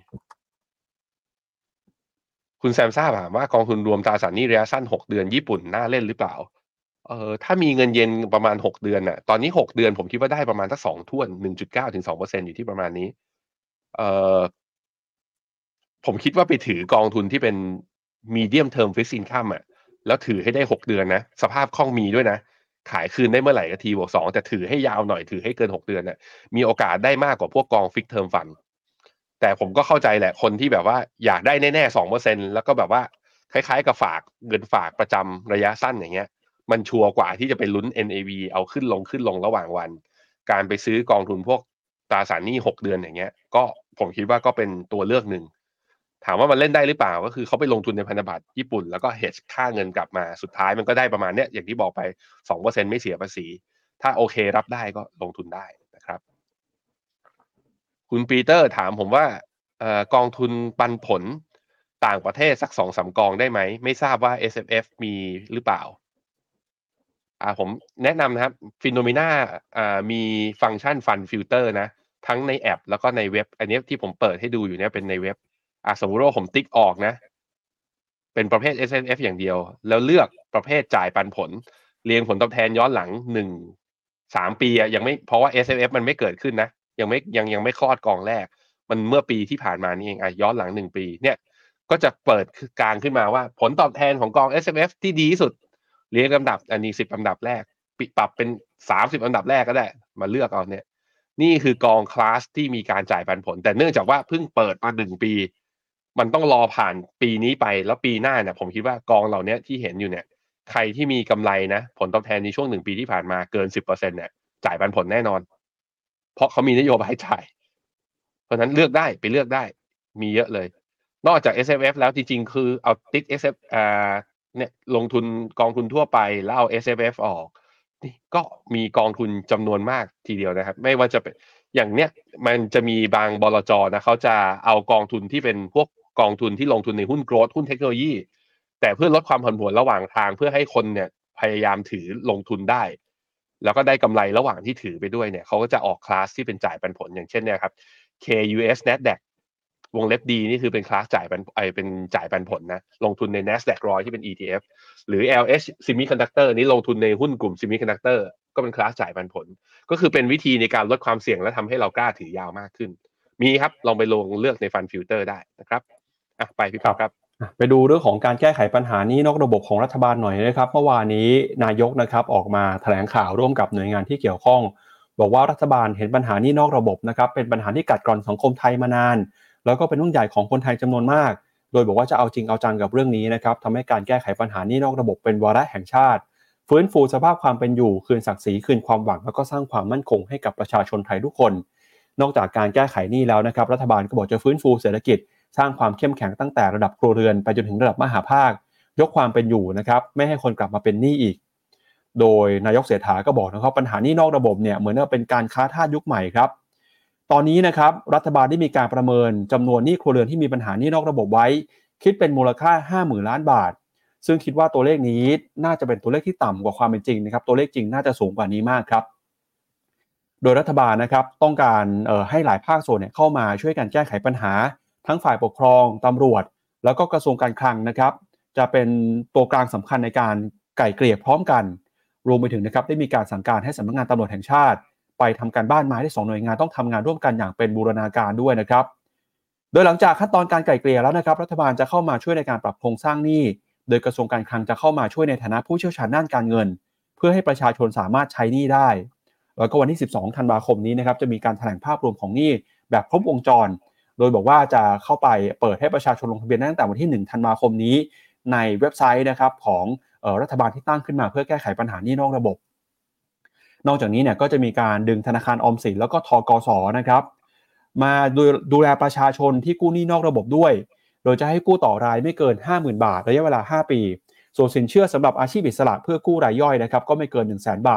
คุณแซมทราบถามว่ากองทุนรวมตราสารหนี้ระยะสั้นหกเดือนญี่ปุ่นน่าเล่นหรือเปล่าเอ่อถ้ามีเงินเย็นประมาณหกเดือนน่ะตอนนี้หกเดือนผมคิดว่าได้ประมาณสักสองถ้วน หนึ่งจุดเก้า ถึง สองเปอร์เซ็นต์ อยู่ที่ประมาณนี้เอ่อผมคิดว่าไปถือกองทุนที่เป็น medium term fixed income อ่ะแล้วถือให้ได้หกเดือนนะสภาพคล่องมีด้วยนะขายคืนได้เมื่อไหร่ก็ ที บวก สองแต่ถือให้ยาวหน่อยถือให้เกินหกเดือนน่ะมีโอกาสได้มากกว่าพวกกอง fixed term fund แต่ผมก็เข้าใจแหละคนที่แบบว่าอยากได้แน่ๆ สองเปอร์เซ็นต์ แล้วก็แบบว่าคล้ายๆกับฝากเงินฝากประจำระยะสั้นอย่างเงี้ยมันชัวร์กว่าที่จะไปลุ้น เอ็น เอ วี เอาขึ้นลงขึ้นลงระหว่างวันการไปซื้อกองทุนพวกตราสารหนี้หกเดือนอย่างเงี้ยก็ผมคิดว่าก็เป็นตัวเลือกหนึ่งถามว่ามันเล่นได้หรือเปล่าก็คือเขาไปลงทุนในพันธบัตรญี่ปุ่นแล้วก็เฮดค่าเงินกลับมาสุดท้ายมันก็ได้ประมาณเนี้ยอย่างที่บอกไป สองเปอร์เซ็นต์ ไม่เสียภาษีถ้าโอเครับได้ก็ลงทุนได้นะครับคุณปีเตอร์ถามผมว่าเอ่อกองทุนปันผลต่างประเทศสัก สองสาม กองได้ไหมไม่ทราบว่า เอส เอฟ เอฟ มีหรือเปล่าอ่าผมแนะนำนะครับ Phenomena อ่ามีฟังก์ชัน Fund Filter นะทั้งในแอปแล้วก็ในเว็บอันนี้ที่ผมเปิดให้ดูอยู่เนี่ยเป็นในเว็บอ่าสมมุติว่าผมติ๊กออกนะเป็นประเภท เอส เอฟ เอฟ อย่างเดียวแล้วเลือกประเภทจ่ายปันผลเรียงผลตอบแทนย้อนหลังหนึ่ง สามปีอะยังไม่เพราะว่า เอส เอฟ เอฟ มันไม่เกิดขึ้นนะยังไม่ยังยังไม่คลอดกองแรกมันเมื่อปีที่ผ่านมานี่เองอ่ะย้อนหลังหนึ่งปีเนี่ยก็จะเปิดกลางขึ้นมาว่าผลตอบแทนของกอง เอส เอฟ เอฟ ที่ดีที่สุดเรียงลำดับอันนี้สิบลำดับแรกปรับเป็นสามสิบลำดับแรกก็ได้มาเลือกเอาเนี่ยนี่คือกองคลาสที่มีการจ่ายปันผลแต่เนื่องจากว่าเพิ่งเปิดมาหนึ่งปีมันต้องรอผ่านปีนี้ไปแล้วปีหน้าเนี่ยผมคิดว่ากองเหล่านี้ที่เห็นอยู่เนี่ยใครที่มีกำไรนะผลตอบแทนในช่วงหนึ่งปีที่ผ่านมาเกิน สิบเปอร์เซ็นต์ เนี่ยจ่ายปันผลแน่นอนเพราะเขามีนโยบายจ่ายเพราะฉะนั้นเลือกได้ไปเลือกได้มีเยอะเลยนอกจาก เอส เอฟ เอฟ แล้วจริงๆคือเอาติ๊ก เอส เอฟ อ่าเนี่ยลงทุนกองทุนทั่วไปแล้วเอา เอส เอฟ เอฟ ออกนี่ก็มีกองทุนจำนวนมากทีเดียวนะครับไม่ว่าจะเป็นอย่างเนี้ยมันจะมีบางบลจนะเขาจะเอากองทุนที่เป็นพวกกองทุนที่ลงทุนในหุ้นโกรทหุ้นเทคโนโลยีแต่เพื่อลดความผันผวนระหว่างทางเพื่อให้คนเนี่ยพยายามถือลงทุนได้แล้วก็ได้กำไรระหว่างที่ถือไปด้วยเนี่ยเขาก็จะออกคลาสที่เป็นจ่ายปันผลอย่างเช่นเนี่ยครับ เค ยู เอส Nasdaq วงเล็บดีนี่คือเป็นคลาสจ่ายปันไอเป็นจ่ายปันผลนะลงทุนใน Nasdaq หนึ่งร้อยที่เป็น อี ที เอฟ หรือ แอล เอช Semiconductor นี้ลงทุนในหุ้นกลุ่ม Semiconductor ก็เป็นคลาสจ่ายปันผลก็คือเป็นวิธีในการลดความเสี่ยงและทำให้เรากล้าถือยาวมากขึ้นมีครับลองไปลงเลือกใน Fund Filter ได้นะครับอ่ะไปพี่ป๊อปครับไปดูเรื่องของการแก้ไขปัญหานี้นอกระบบของรัฐบาลหน่อยนะครับเมื่อวานนี้นายกนะครับออกมาแถลงข่าวร่วมกับหน่วยงานที่เกี่ยวข้องบอกว่ารัฐบาลเห็นปัญหานี้นอกระบบนะครับเป็นปัญหาที่กัดกร่อนสังคมไทยมานานแล้วก็เป็นเรื่องใหญ่ของคนไทยจำนวนมากโดยบอกว่าจะเอาจริงเอาจังกับเรื่องนี้นะครับทำให้การแก้ไขปัญหานี้นอกระบบเป็นวาระแห่งชาติฟื้นฟูสภาพความเป็นอยู่คืนศักดิ์ศรีคืนความหวังแล้วก็สร้างความมั่นคงให้กับประชาชนไทยทุกคนนอกจากการแก้ไขนี้แล้วนะครับรัฐบาลก็บอกจะฟื้นฟูเศรษฐกิจสร้างความเข้มแข็งตั้งแต่ระดับครัวเรือนไปจนถึงระดับมหาภาคยกความเป็นอยู่นะครับไม่ให้คนกลับมาเป็นหนี้อีกโดยนายกเศรษฐาก็บอกนะครับปัญหาหนี้นอกระบบเนี่ยเหมือนว่าเป็นการค้าทาสยุคใหม่ครับตอนนี้นะครับรัฐบาลได้มีการประเมินจำนวนหนี้ครัวเรือนที่มีปัญหาหนี้นอกระบบไว้คิดเป็นมูลค่า ห้าหมื่น ล้านบาทซึ่งคิดว่าตัวเลขนี้น่าจะเป็นตัวเลขที่ต่ำกว่าความเป็นจริงนะครับตัวเลขจริงน่าจะสูงกว่านี้มากครับโดยรัฐบาลนะครับต้องการเอ่อให้หลายภาคส่วนเนี่ยเข้ามาช่วยกันแก้ไขปัญหาทั้งฝ่ายปกครองตำรวจแล้วก็กระทรวงการคลังนะครับจะเป็นตัวกลางสำคัญในการไกล่เกลี่ยพร้อมกันรวมไปถึงนะครับได้มีการสั่งการให้สำนักงานตำรวจแห่งชาติไปทำการบ้านมาที่สองหน่วยงานต้องทำงานร่วมกันอย่างเป็นบูรณาการด้วยนะครับโดยหลังจากขั้นตอนการไกล่เกลี่ยแล้วนะครับรัฐบาลจะเข้ามาช่วยในการปรับโครงสร้างหนี้โดยกระทรวงการคลังจะเข้ามาช่วยในฐานะผู้เชี่ยวชาญด้านการเงินเพื่อให้ประชาชนสามารถใช้หนี้ได้แล้วก็วันที่สิบสองธันวาคมนี้นะครับจะมีการแถลงภาพรวมของหนี้แบบครบวงจรโดยบอกว่าจะเข้าไปเปิดให้ประชาชนลงทะเบียนตั้งแต่วันที่หนึ่งธันวาคมนี้ในเว็บไซต์นะครับของเอ่อรัฐบาลที่ตั้งขึ้นมาเพื่อแก้ไขปัญหาหนี้นอกระบบนอกจากนี้เนี่ยก็จะมีการดึงธนาคารออมสินแล้วก็ธกสนะครับมาดูดูแลประชาชนที่กู้หนี้นอกระบบด้วยโดยจะให้กู้ต่อรายไม่เกิน ห้าหมื่น บาทระยะเวลาห้าปีส่วนสินเชื่อสำหรับอาชีพอิสระเพื่อกู้รายย่อยนะครับก็ไม่เกิน หนึ่งแสน บาท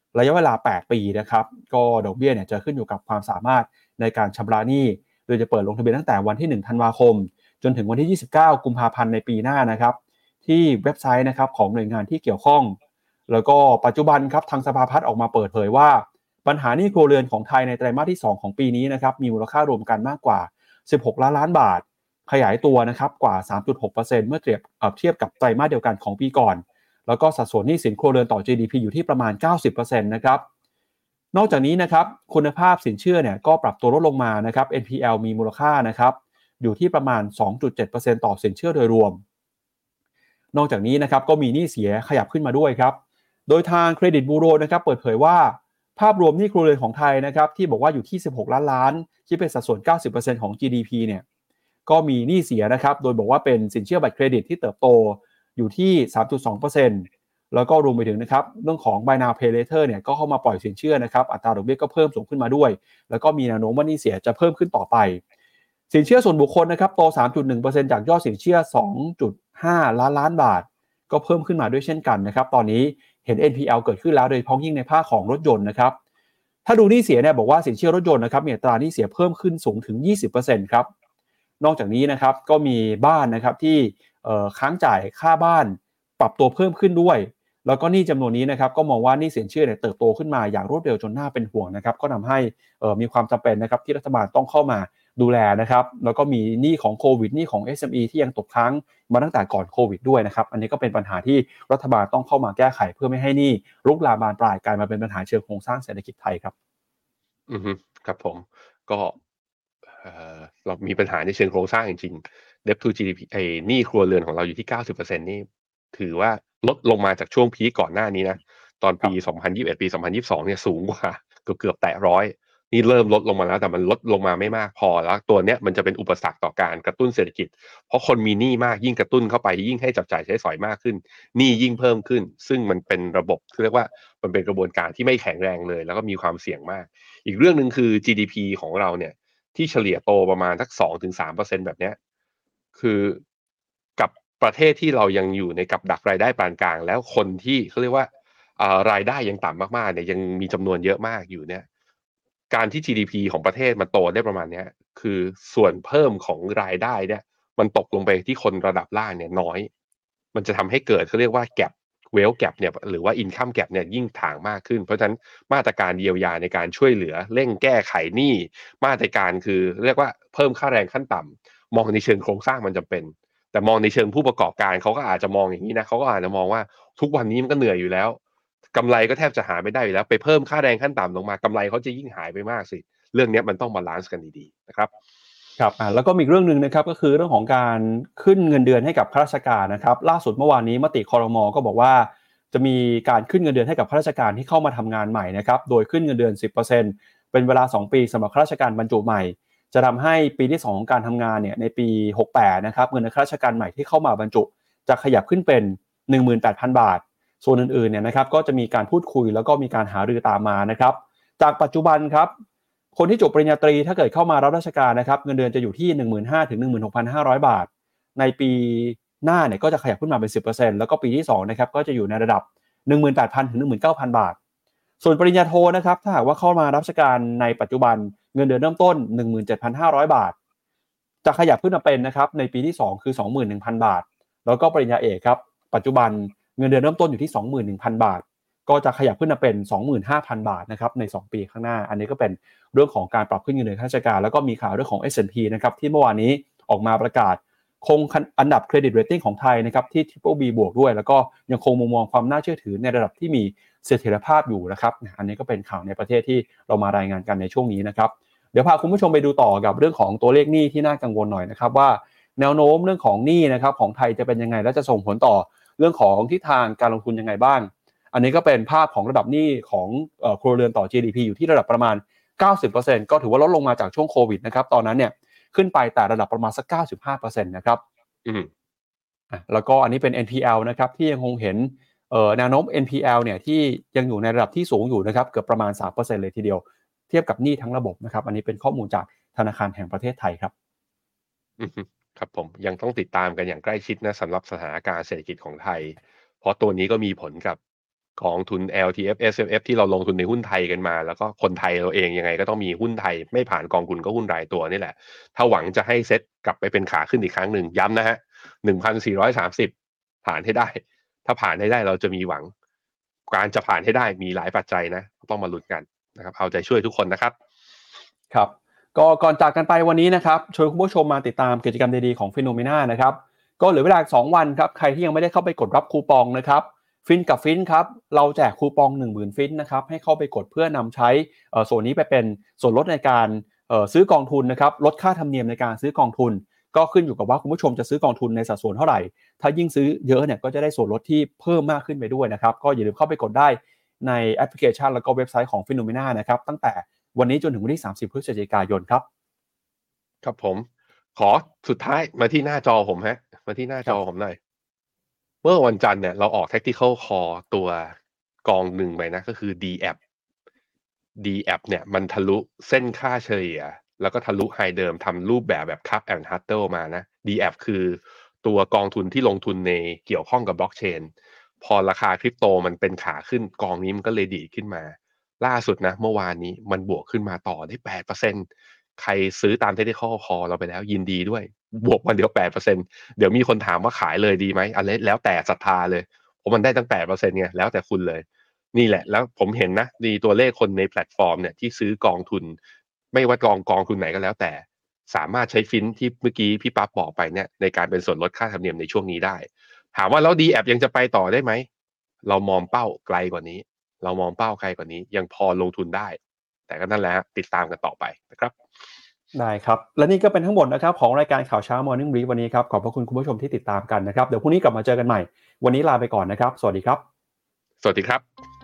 ระยะเวลาแปดปีนะครับก็ดอกเบี้ยเนี่ยจะขึ้นอยู่กับความสามารถในการชำระหนี้โดยจะเปิดลงทะเบียนตั้งแต่วันที่หนึ่งธันวาคมจนถึงวันที่ยี่สิบเก้ากุมภาพันธ์ในปีหน้านะครับที่เว็บไซต์นะครับของหน่วยงานที่เกี่ยวข้องแล้วก็ปัจจุบันครับทางสภาพัฒน์ออกมาเปิดเผยว่าปัญหาหนี้ครัวเรือนของไทยในไตรมาสที่สองของปีนี้นะครับมีมูลค่ารวมกันมากกว่าสิบหกล้านล้านบาทขยายตัวนะครับกว่า สามจุดหกเปอร์เซ็นต์ เมื่อเทียบเทียบกับไตรมาสเดียวกันของปีก่อนแล้วก็สัดส่วนหนี้สินครัวเรือนต่อ จี ดี พี อยู่ที่ประมาณ เก้าสิบเปอร์เซ็นต์ นะครับนอกจากนี้นะครับคุณภาพสินเชื่อเนี่ยก็ปรับตัวลดลงมานะครับ เอ็น พี แอล มีมูลค่านะครับอยู่ที่ประมาณ สองจุดเจ็ดเปอร์เซ็นต์ ต่อสินเชื่อโดยรวมนอกจากนี้นะครับก็มีหนี้เสียขยับขึ้นมาด้วยครับโดยทางเครดิตบูโรนะครับเปิดเผยว่าภาพรวมหนี้ครัวเรือนของไทยนะครับที่บอกว่าอยู่ที่สิบหกล้านล้านคิดเป็นสัดส่วน เก้าสิบเปอร์เซ็นต์ ของ จี ดี พี เนี่ยก็มีหนี้เสียนะครับโดยบอกว่าเป็นสินเชื่อบัตรเครดิตที่เติบโตอยู่ที่ สามจุดสองเปอร์เซ็นต์ แล้วก็รวมไปถึงนะครับเรื่องของ Buy Now Pay Later เนี่ยก็เข้ามาปล่อยสินเชื่อนะครับอัตราดอกเบี้ยก็เพิ่มสูงขึ้นมาด้วยแล้วก็มีแนวโน้มว่าหนี้เสียจะเพิ่มขึ้นต่อไปสินเชื่อส่วนบุคคลนะครับโต สามจุดหนึ่งเปอร์เซ็นต์ จากยอดสินเชื่อ สองจุดห้า ล้านล้านบาทก็เพิ่มขึ้นมาด้วยเช่นกันนะครับตอนนี้เห็น เอ็น พี แอล เกิดขึ้นแล้วโดยเฉพาะยิ่งในภาคของรถยนต์นะครับถ้าดูหนี้เสียเนี่ยบอกว่าสินเชื่อรถยนต์นะครับมีอัตราหนี้เสียเพิ่มขึ้นสูงถึง ยี่สิบเปอร์เซ็นต์ ครับนอกจากนี้นะครับก็มีบ้านนะครับที่เอ่อค้างจ่ายค่าบ้านปรับตัวเพิ่มขึ้นด้วยแล้วก็หนี้จำนวนนี้นะครับก็มองว่าหนี้สินเชื่อเนี่ยเติบโตขึ้นมาอย่างรวดเร็วจนน่าเป็นห่วงนะครับก็ทำให้เอ่อมีความจำเป็นนะครับที่รัฐบาลต้องเข้ามาดูแลนะครับแล้วก็มีหนี้ของโควิดหนี้ของ เอส เอ็ม อี ที่ยังตกค้างมาตั้งแต่ก่อนโควิดด้วยนะครับอันนี้ก็เป็นปัญหาที่รัฐบาลต้องเข้ามาแก้ไขเพื่อไม่ให้หนี้รุกลามบานปลายกลายมาเป็นปัญหาเชิงโครงสร้างเศรษฐกิจไทยครับอือฮึครับผมก็เอ่อเรามีปัญหาในเชิงโครงสร้างจริงๆ Debt to จี ดี พี ไอ้หนี้ครัวเรือนของเราอยู่ที่ เก้าสิบเปอร์เซ็นต์ นี่ถือว่าลดลงมาจากช่วงพีคก่อนหน้านี้นะตอนปี สองพันยี่สิบเอ็ด ปี สองพันยี่สิบสอง เนี่ยสูงกว่าเกือบๆแตะร้อยนี่เริ่มลดลงมาแล้วแต่มันลดลงมาไม่มากพอแล้วตัวเนี้ยมันจะเป็นอุปสรรคต่อการกระตุ้นเศรษฐกิจเพราะคนมีหนี้มากยิ่งกระตุ้นเข้าไปยิ่งให้จับจ่ายใช้สอยมากขึ้นหนี้ยิ่งเพิ่มขึ้นซึ่งมันเป็นระบบเรียกว่ามันเป็นกระบวนการที่ไม่แข็งแรงเลยแล้วก็มีความเสี่ยงมากอีกเรื่องนึงคือ จี ดี พี ของเราเนี่ยที่เฉลี่ยโตประมาณสัก สองถึงสามเปอร์เซ็นต์ แบบเนี้ยคือกับประเทศที่เรายังอยู่ในกับดักรายได้ปานกลางแล้วคนที่เขาเรียกว่าอ่ารายได้ยังต่ำมากๆเนี่ยยังมีจำนวนเยอะมากอยู่เนี่ยการที่ จี ดี พี ของประเทศมันโตได้ประมาณเนี้ยคือส่วนเพิ่มของรายได้เนี่ยมันตกลงไปที่คนระดับล่างเนี่ยน้อยมันจะทำให้เกิดเขาเรียกว่า gap wealth gap เนี่ยหรือว่า income gap เนี่ยยิ่งถ่างมากขึ้นเพราะฉะนั้นมาตรการเยียวยาในการช่วยเหลือเร่งแก้ไขหนี้มาตรการคือเรียกว่าเพิ่มค่าแรงขั้นต่ำมองในเชิงโครงสร้างมันจำเป็นแต่มองในเชิงผู้ประกอบการเขาก็อาจจะมองอย่างนี้นะเขาก็อาจจะมองว่าทุกวันนี้มันก็เหนื่อยอยู่แล้วกำไรก็แทบจะหาไม่ได้อยู่แล้วไปเพิ่มค่าแรงขั้นต่ำลงมากำไรเขาจะยิ่งหายไปมากสิเรื่องนี้มันต้องบาลานซ์กันดีๆนะครับครับอ่าแล้วก็มีอีกเรื่องนึงนะครับก็คือเรื่องของการขึ้นเงินเดือนให้กับข้าราชการนะครับล่าสุดเมื่อวานนี้มติครม.ก็บอกว่าจะมีการขึ้นเงินเดือนให้กับข้าราชการที่เข้ามาทำงานใหม่นะครับโดยขึ้นเงินเดือน สิบเปอร์เซ็นต์ เป็นเวลาสองปีสำหรับข้าราชการบรรจุใหม่จะทำให้ปีที่สองของการทำงานเนี่ยในปีหกสิบแปดนะครับเงินเดือนข้าราชการใหม่ที่เข้ามาบรรจุจะขยับขึ้นเป็น หนึ่งหมื่นแปดพัน บาทส่วนอื่นๆเนี่ยนะครับก็จะมีการพูดคุยแล้วก็มีการหารือตามมานะครับจากปัจจุบันครับคนที่จบปริญญาตรีถ้าเกิดเข้ามารับราชการนะครับเงินเดือนจะอยู่ที่ หนึ่งหมื่นห้าพัน ถึง หนึ่งหมื่นหกพันห้าร้อย บาทในปีหน้าเนี่ยก็จะขยับขึ้นมาเป็น สิบเปอร์เซ็นต์ แล้วก็ปีที่สองนะครับก็จะอยู่ในระดับ หนึ่งหมื่นแปดพัน ถึง หนึ่งหมื่นเก้าพัน บาทส่วนปริญญาโทนะครับถ้าหากว่าเข้ามารับราชการในปัจจุบันเงินเดือนเริ่มต้น หนึ่งหมื่นเจ็ดพันห้าร้อย บาทจะขยับขึ้นมาเป็นนะครับในปีที่สองคือ สองหมื่นหนึ่งพัน บาทแล้วก็ปริญญาเอกครับปัจจุบันเงินเดือนเริ่มต้นอยู่ที่ สองหมื่นหนึ่งพัน บาทก็จะขยับขึ้นมาเป็น สองหมื่นห้าพัน บาทนะครับในสองปีข้างหน้าอันนี้ก็เป็นเรื่องของการปรับขึ้นเงินเดือนข้าราชการแล้วก็มีข่าวเรื่องของ เอส แอนด์ พี นะครับที่เมื่อวานนี้ออกมาประกาศคงอันดับเครดิตเรตติ้งของไทยนะครับที่ Triple B บวกด้วยแล้วก็ยังคงมุมมองความน่าเชื่อถือในระดับที่มีเสถียรภาพอยู่นะครับอันนี้ก็เป็นข่าวในประเทศที่เรามารายงานกันในช่วงนี้นะครับเดี๋ยวพาคุณผู้ชมไปดูต่อกับเรื่องของตัวเลขหนี้ที่น่ากังวลหน่อยนะครับว่าแนวโน้มเรื่องของหนี้นะครับของไทยจะเป็นยังไงและจะส่งผลต่อเรื่องของทิศทางการลงทุนยังไงบ้างอันนี้ก็เป็นภาพของระดับหนี้ของเอ่อครัวเรือนต่อ จี ดี พี อยู่ที่ระดับประมาณ เก้าสิบเปอร์เซ็นต์ ก็ถือว่าลดลงมาจากช่วงโควิดนะครับตอนนั้นเนี่ยขึ้นไปแต่ระดับประมาณสัก เก้าสิบห้าเปอร์เซ็นต์ นะครับอืมอ่ะแล้วก็อันนี้เป็น เอ็น พี แอล นะครับที่ยังคงเห็นเอ่อแนวโน้ม เอ็น พี แอล เนี่ยที่ยังอยู่ในระดับที่สูงอยู่นะครับเกือบประมาณ สามเปอร์เซ็นต์ เลยทีเดียวเทียบกับหนี้ทั้งระบบนะครับอันนี้เป็นข้อมูลจากธนาคารแห่งประเทศไทยครับอืมครับผมยังต้องติดตามกันอย่างใกล้ชิดนะสำหรับสถานการณ์เศรษฐกิจของไทยเพราะตัวนี้ก็มีผลกับกองทุน แอล ที เอฟ เอส เอฟ เอฟ ที่เราลงทุนในหุ้นไทยกันมาแล้วก็คนไทยเราเองยังไงก็ต้องมีหุ้นไทยไม่ผ่านกองทุนก็หุ้นรายตัวนี่แหละถ้าหวังจะให้เซ็ตกลับไปเป็นขาขึ้นอีกครั้งหนึ่งย้ำนะฮะ หนึ่งพันสี่ร้อยสามสิบ ผ่านให้ได้ถ้าผ่านให้ได้เราจะมีหวังการจะผ่านให้ได้มีหลายปัจจัยนะต้องมาลุ้นกันนะครับเอาใจช่วยทุกคนนะครับครับก็ก่อนจากกันไปวันนี้นะครับชวนคุณผู้ชมมาติดตามกิจกรรมดีๆของ Phenomena นะครับก็เหลือเวลาสองวันครับใครที่ยังไม่ได้เข้าไปกดรับคูปองนะครับฟินกับฟินครับเราแจกคูปอง หนึ่งหมื่น ฟินนะครับให้เข้าไปกดเพื่อนำใช้เอ่อส่วนนี้ไปเป็นส่วนลดในการเอ่อซื้อกองทุนนะครับลดค่าธรรมเนียมในการซื้อกองทุนก็ขึ้นอยู่กับว่าคุณผู้ชมจะซื้อกองทุนในสัดส่วนเท่าไหร่ถ้ายิ่งซื้อเยอะเนี่ยก็จะได้ส่วนลดที่เพิ่มมากขึ้นไปด้วยนะครับก็อย่าลืมเข้าไปกดได้ในแอปพลิเคชันแล้วก็เว็บไซต์ของ Phenomena นะครับตั้งแต่วันนี้จนถึงวันที่สามสิบพฤศจิกายนครับครับผมขอสุดท้ายมาที่หน้าจอผมฮะมาที่หน้าจอผมหน่อยเมื่อวันจันทร์เนี่ยเราออก Tactical Call ตัวกองหนึ่งไปนะก็คือ ดี แอ พี ดี แอ พี เนี่ยมันทะลุเส้นค่าเฉลี่ยแล้วก็ทะลุไฮเดิมทำรูปแบบแบบ Cup and Handle มานะ ดี แอ พี คือตัวกองทุนที่ลงทุนในเกี่ยวข้องกับบล็อกเชนพอราคาคริปโตมันเป็นขาขึ้นกองนี้มันก็เลยดีขึ้นมาล่าสุดนะเมื่อวานนี้มันบวกขึ้นมาต่อได้ แปดเปอร์เซ็นต์ ใครซื้อตาม Technical Call เราไปแล้วยินดีด้วยบวกมาเดี๋ยว แปดเปอร์เซ็นต์ เดี๋ยวมีคนถามว่าขายเลยดีไหมอะไรแล้วแต่ศรัทธาเลยเพราะมันได้ตั้ง แปดเปอร์เซ็นต์ ไงแล้วแต่คุณเลยนี่แหละแล้วผมเห็นนะมีตัวเลขคนในแพลตฟอร์มเนี่ยที่ซื้อกองทุนไม่ว่ากองกองทุนไหนก็แล้วแต่สามารถใช้ฟินที่เมื่อกี้พี่ปั๊บบอกไปเนี่ยในการเป็นส่วนลดค่าธรรมเนียมในช่วงนี้ได้ถามว่าแล้ว ดี แอ พี ยังจะไปต่อได้ไหมเรามองเป้าไกลกว่านี้เรามองเป้าไกลกว่านี้ยังพอลงทุนได้แต่ก็นั่นแหละติดตามกันต่อไปนะครับได้ครับและนี่ก็เป็นทั้งหมดนะครับของรายการข่าวเช้า Morning Brief วันนี้ครับขอบพระคุณคุณผู้ชมที่ติดตามกันนะครับเดี๋ยวพรุ่งนี้กลับมาเจอกันใหม่วันนี้ลาไปก่อนนะครับสวัสดีครับสวัสดีครับ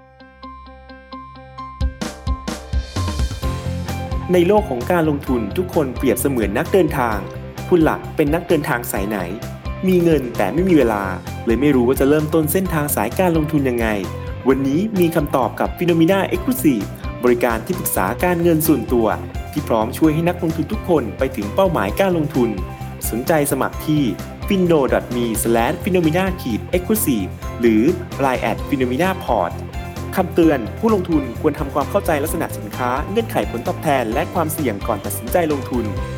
ในโลกของการลงทุนทุกคนเปรียบเสมือนนักเดินทางคุณหลักเป็นนักเดินทางสายไหนมีเงินแต่ไม่มีเวลาเลยไม่รู้ว่าจะเริ่มต้นเส้นทางสายการลงทุนยังไงวันนี้มีคำตอบกับ Phenomena Exclusive บริการที่ปรึกษาการเงินส่วนตัวที่พร้อมช่วยให้นักลงทุนทุกคนไปถึงเป้าหมายการลงทุนสนใจสมัครที่ ฟินโน ดอท มี สแลช ฟีโนมีนา เอ็กซ์คลูซีฟ หรือ ไลน์ แอท ฟีโนมีนา พอร์ต คำเตือนผู้ลงทุนควรทำความเข้าใจลักษณะสินค้าเงื่อนไขผลตอบแทนและความเสี่ยงก่อนตัดสินใจลงทุน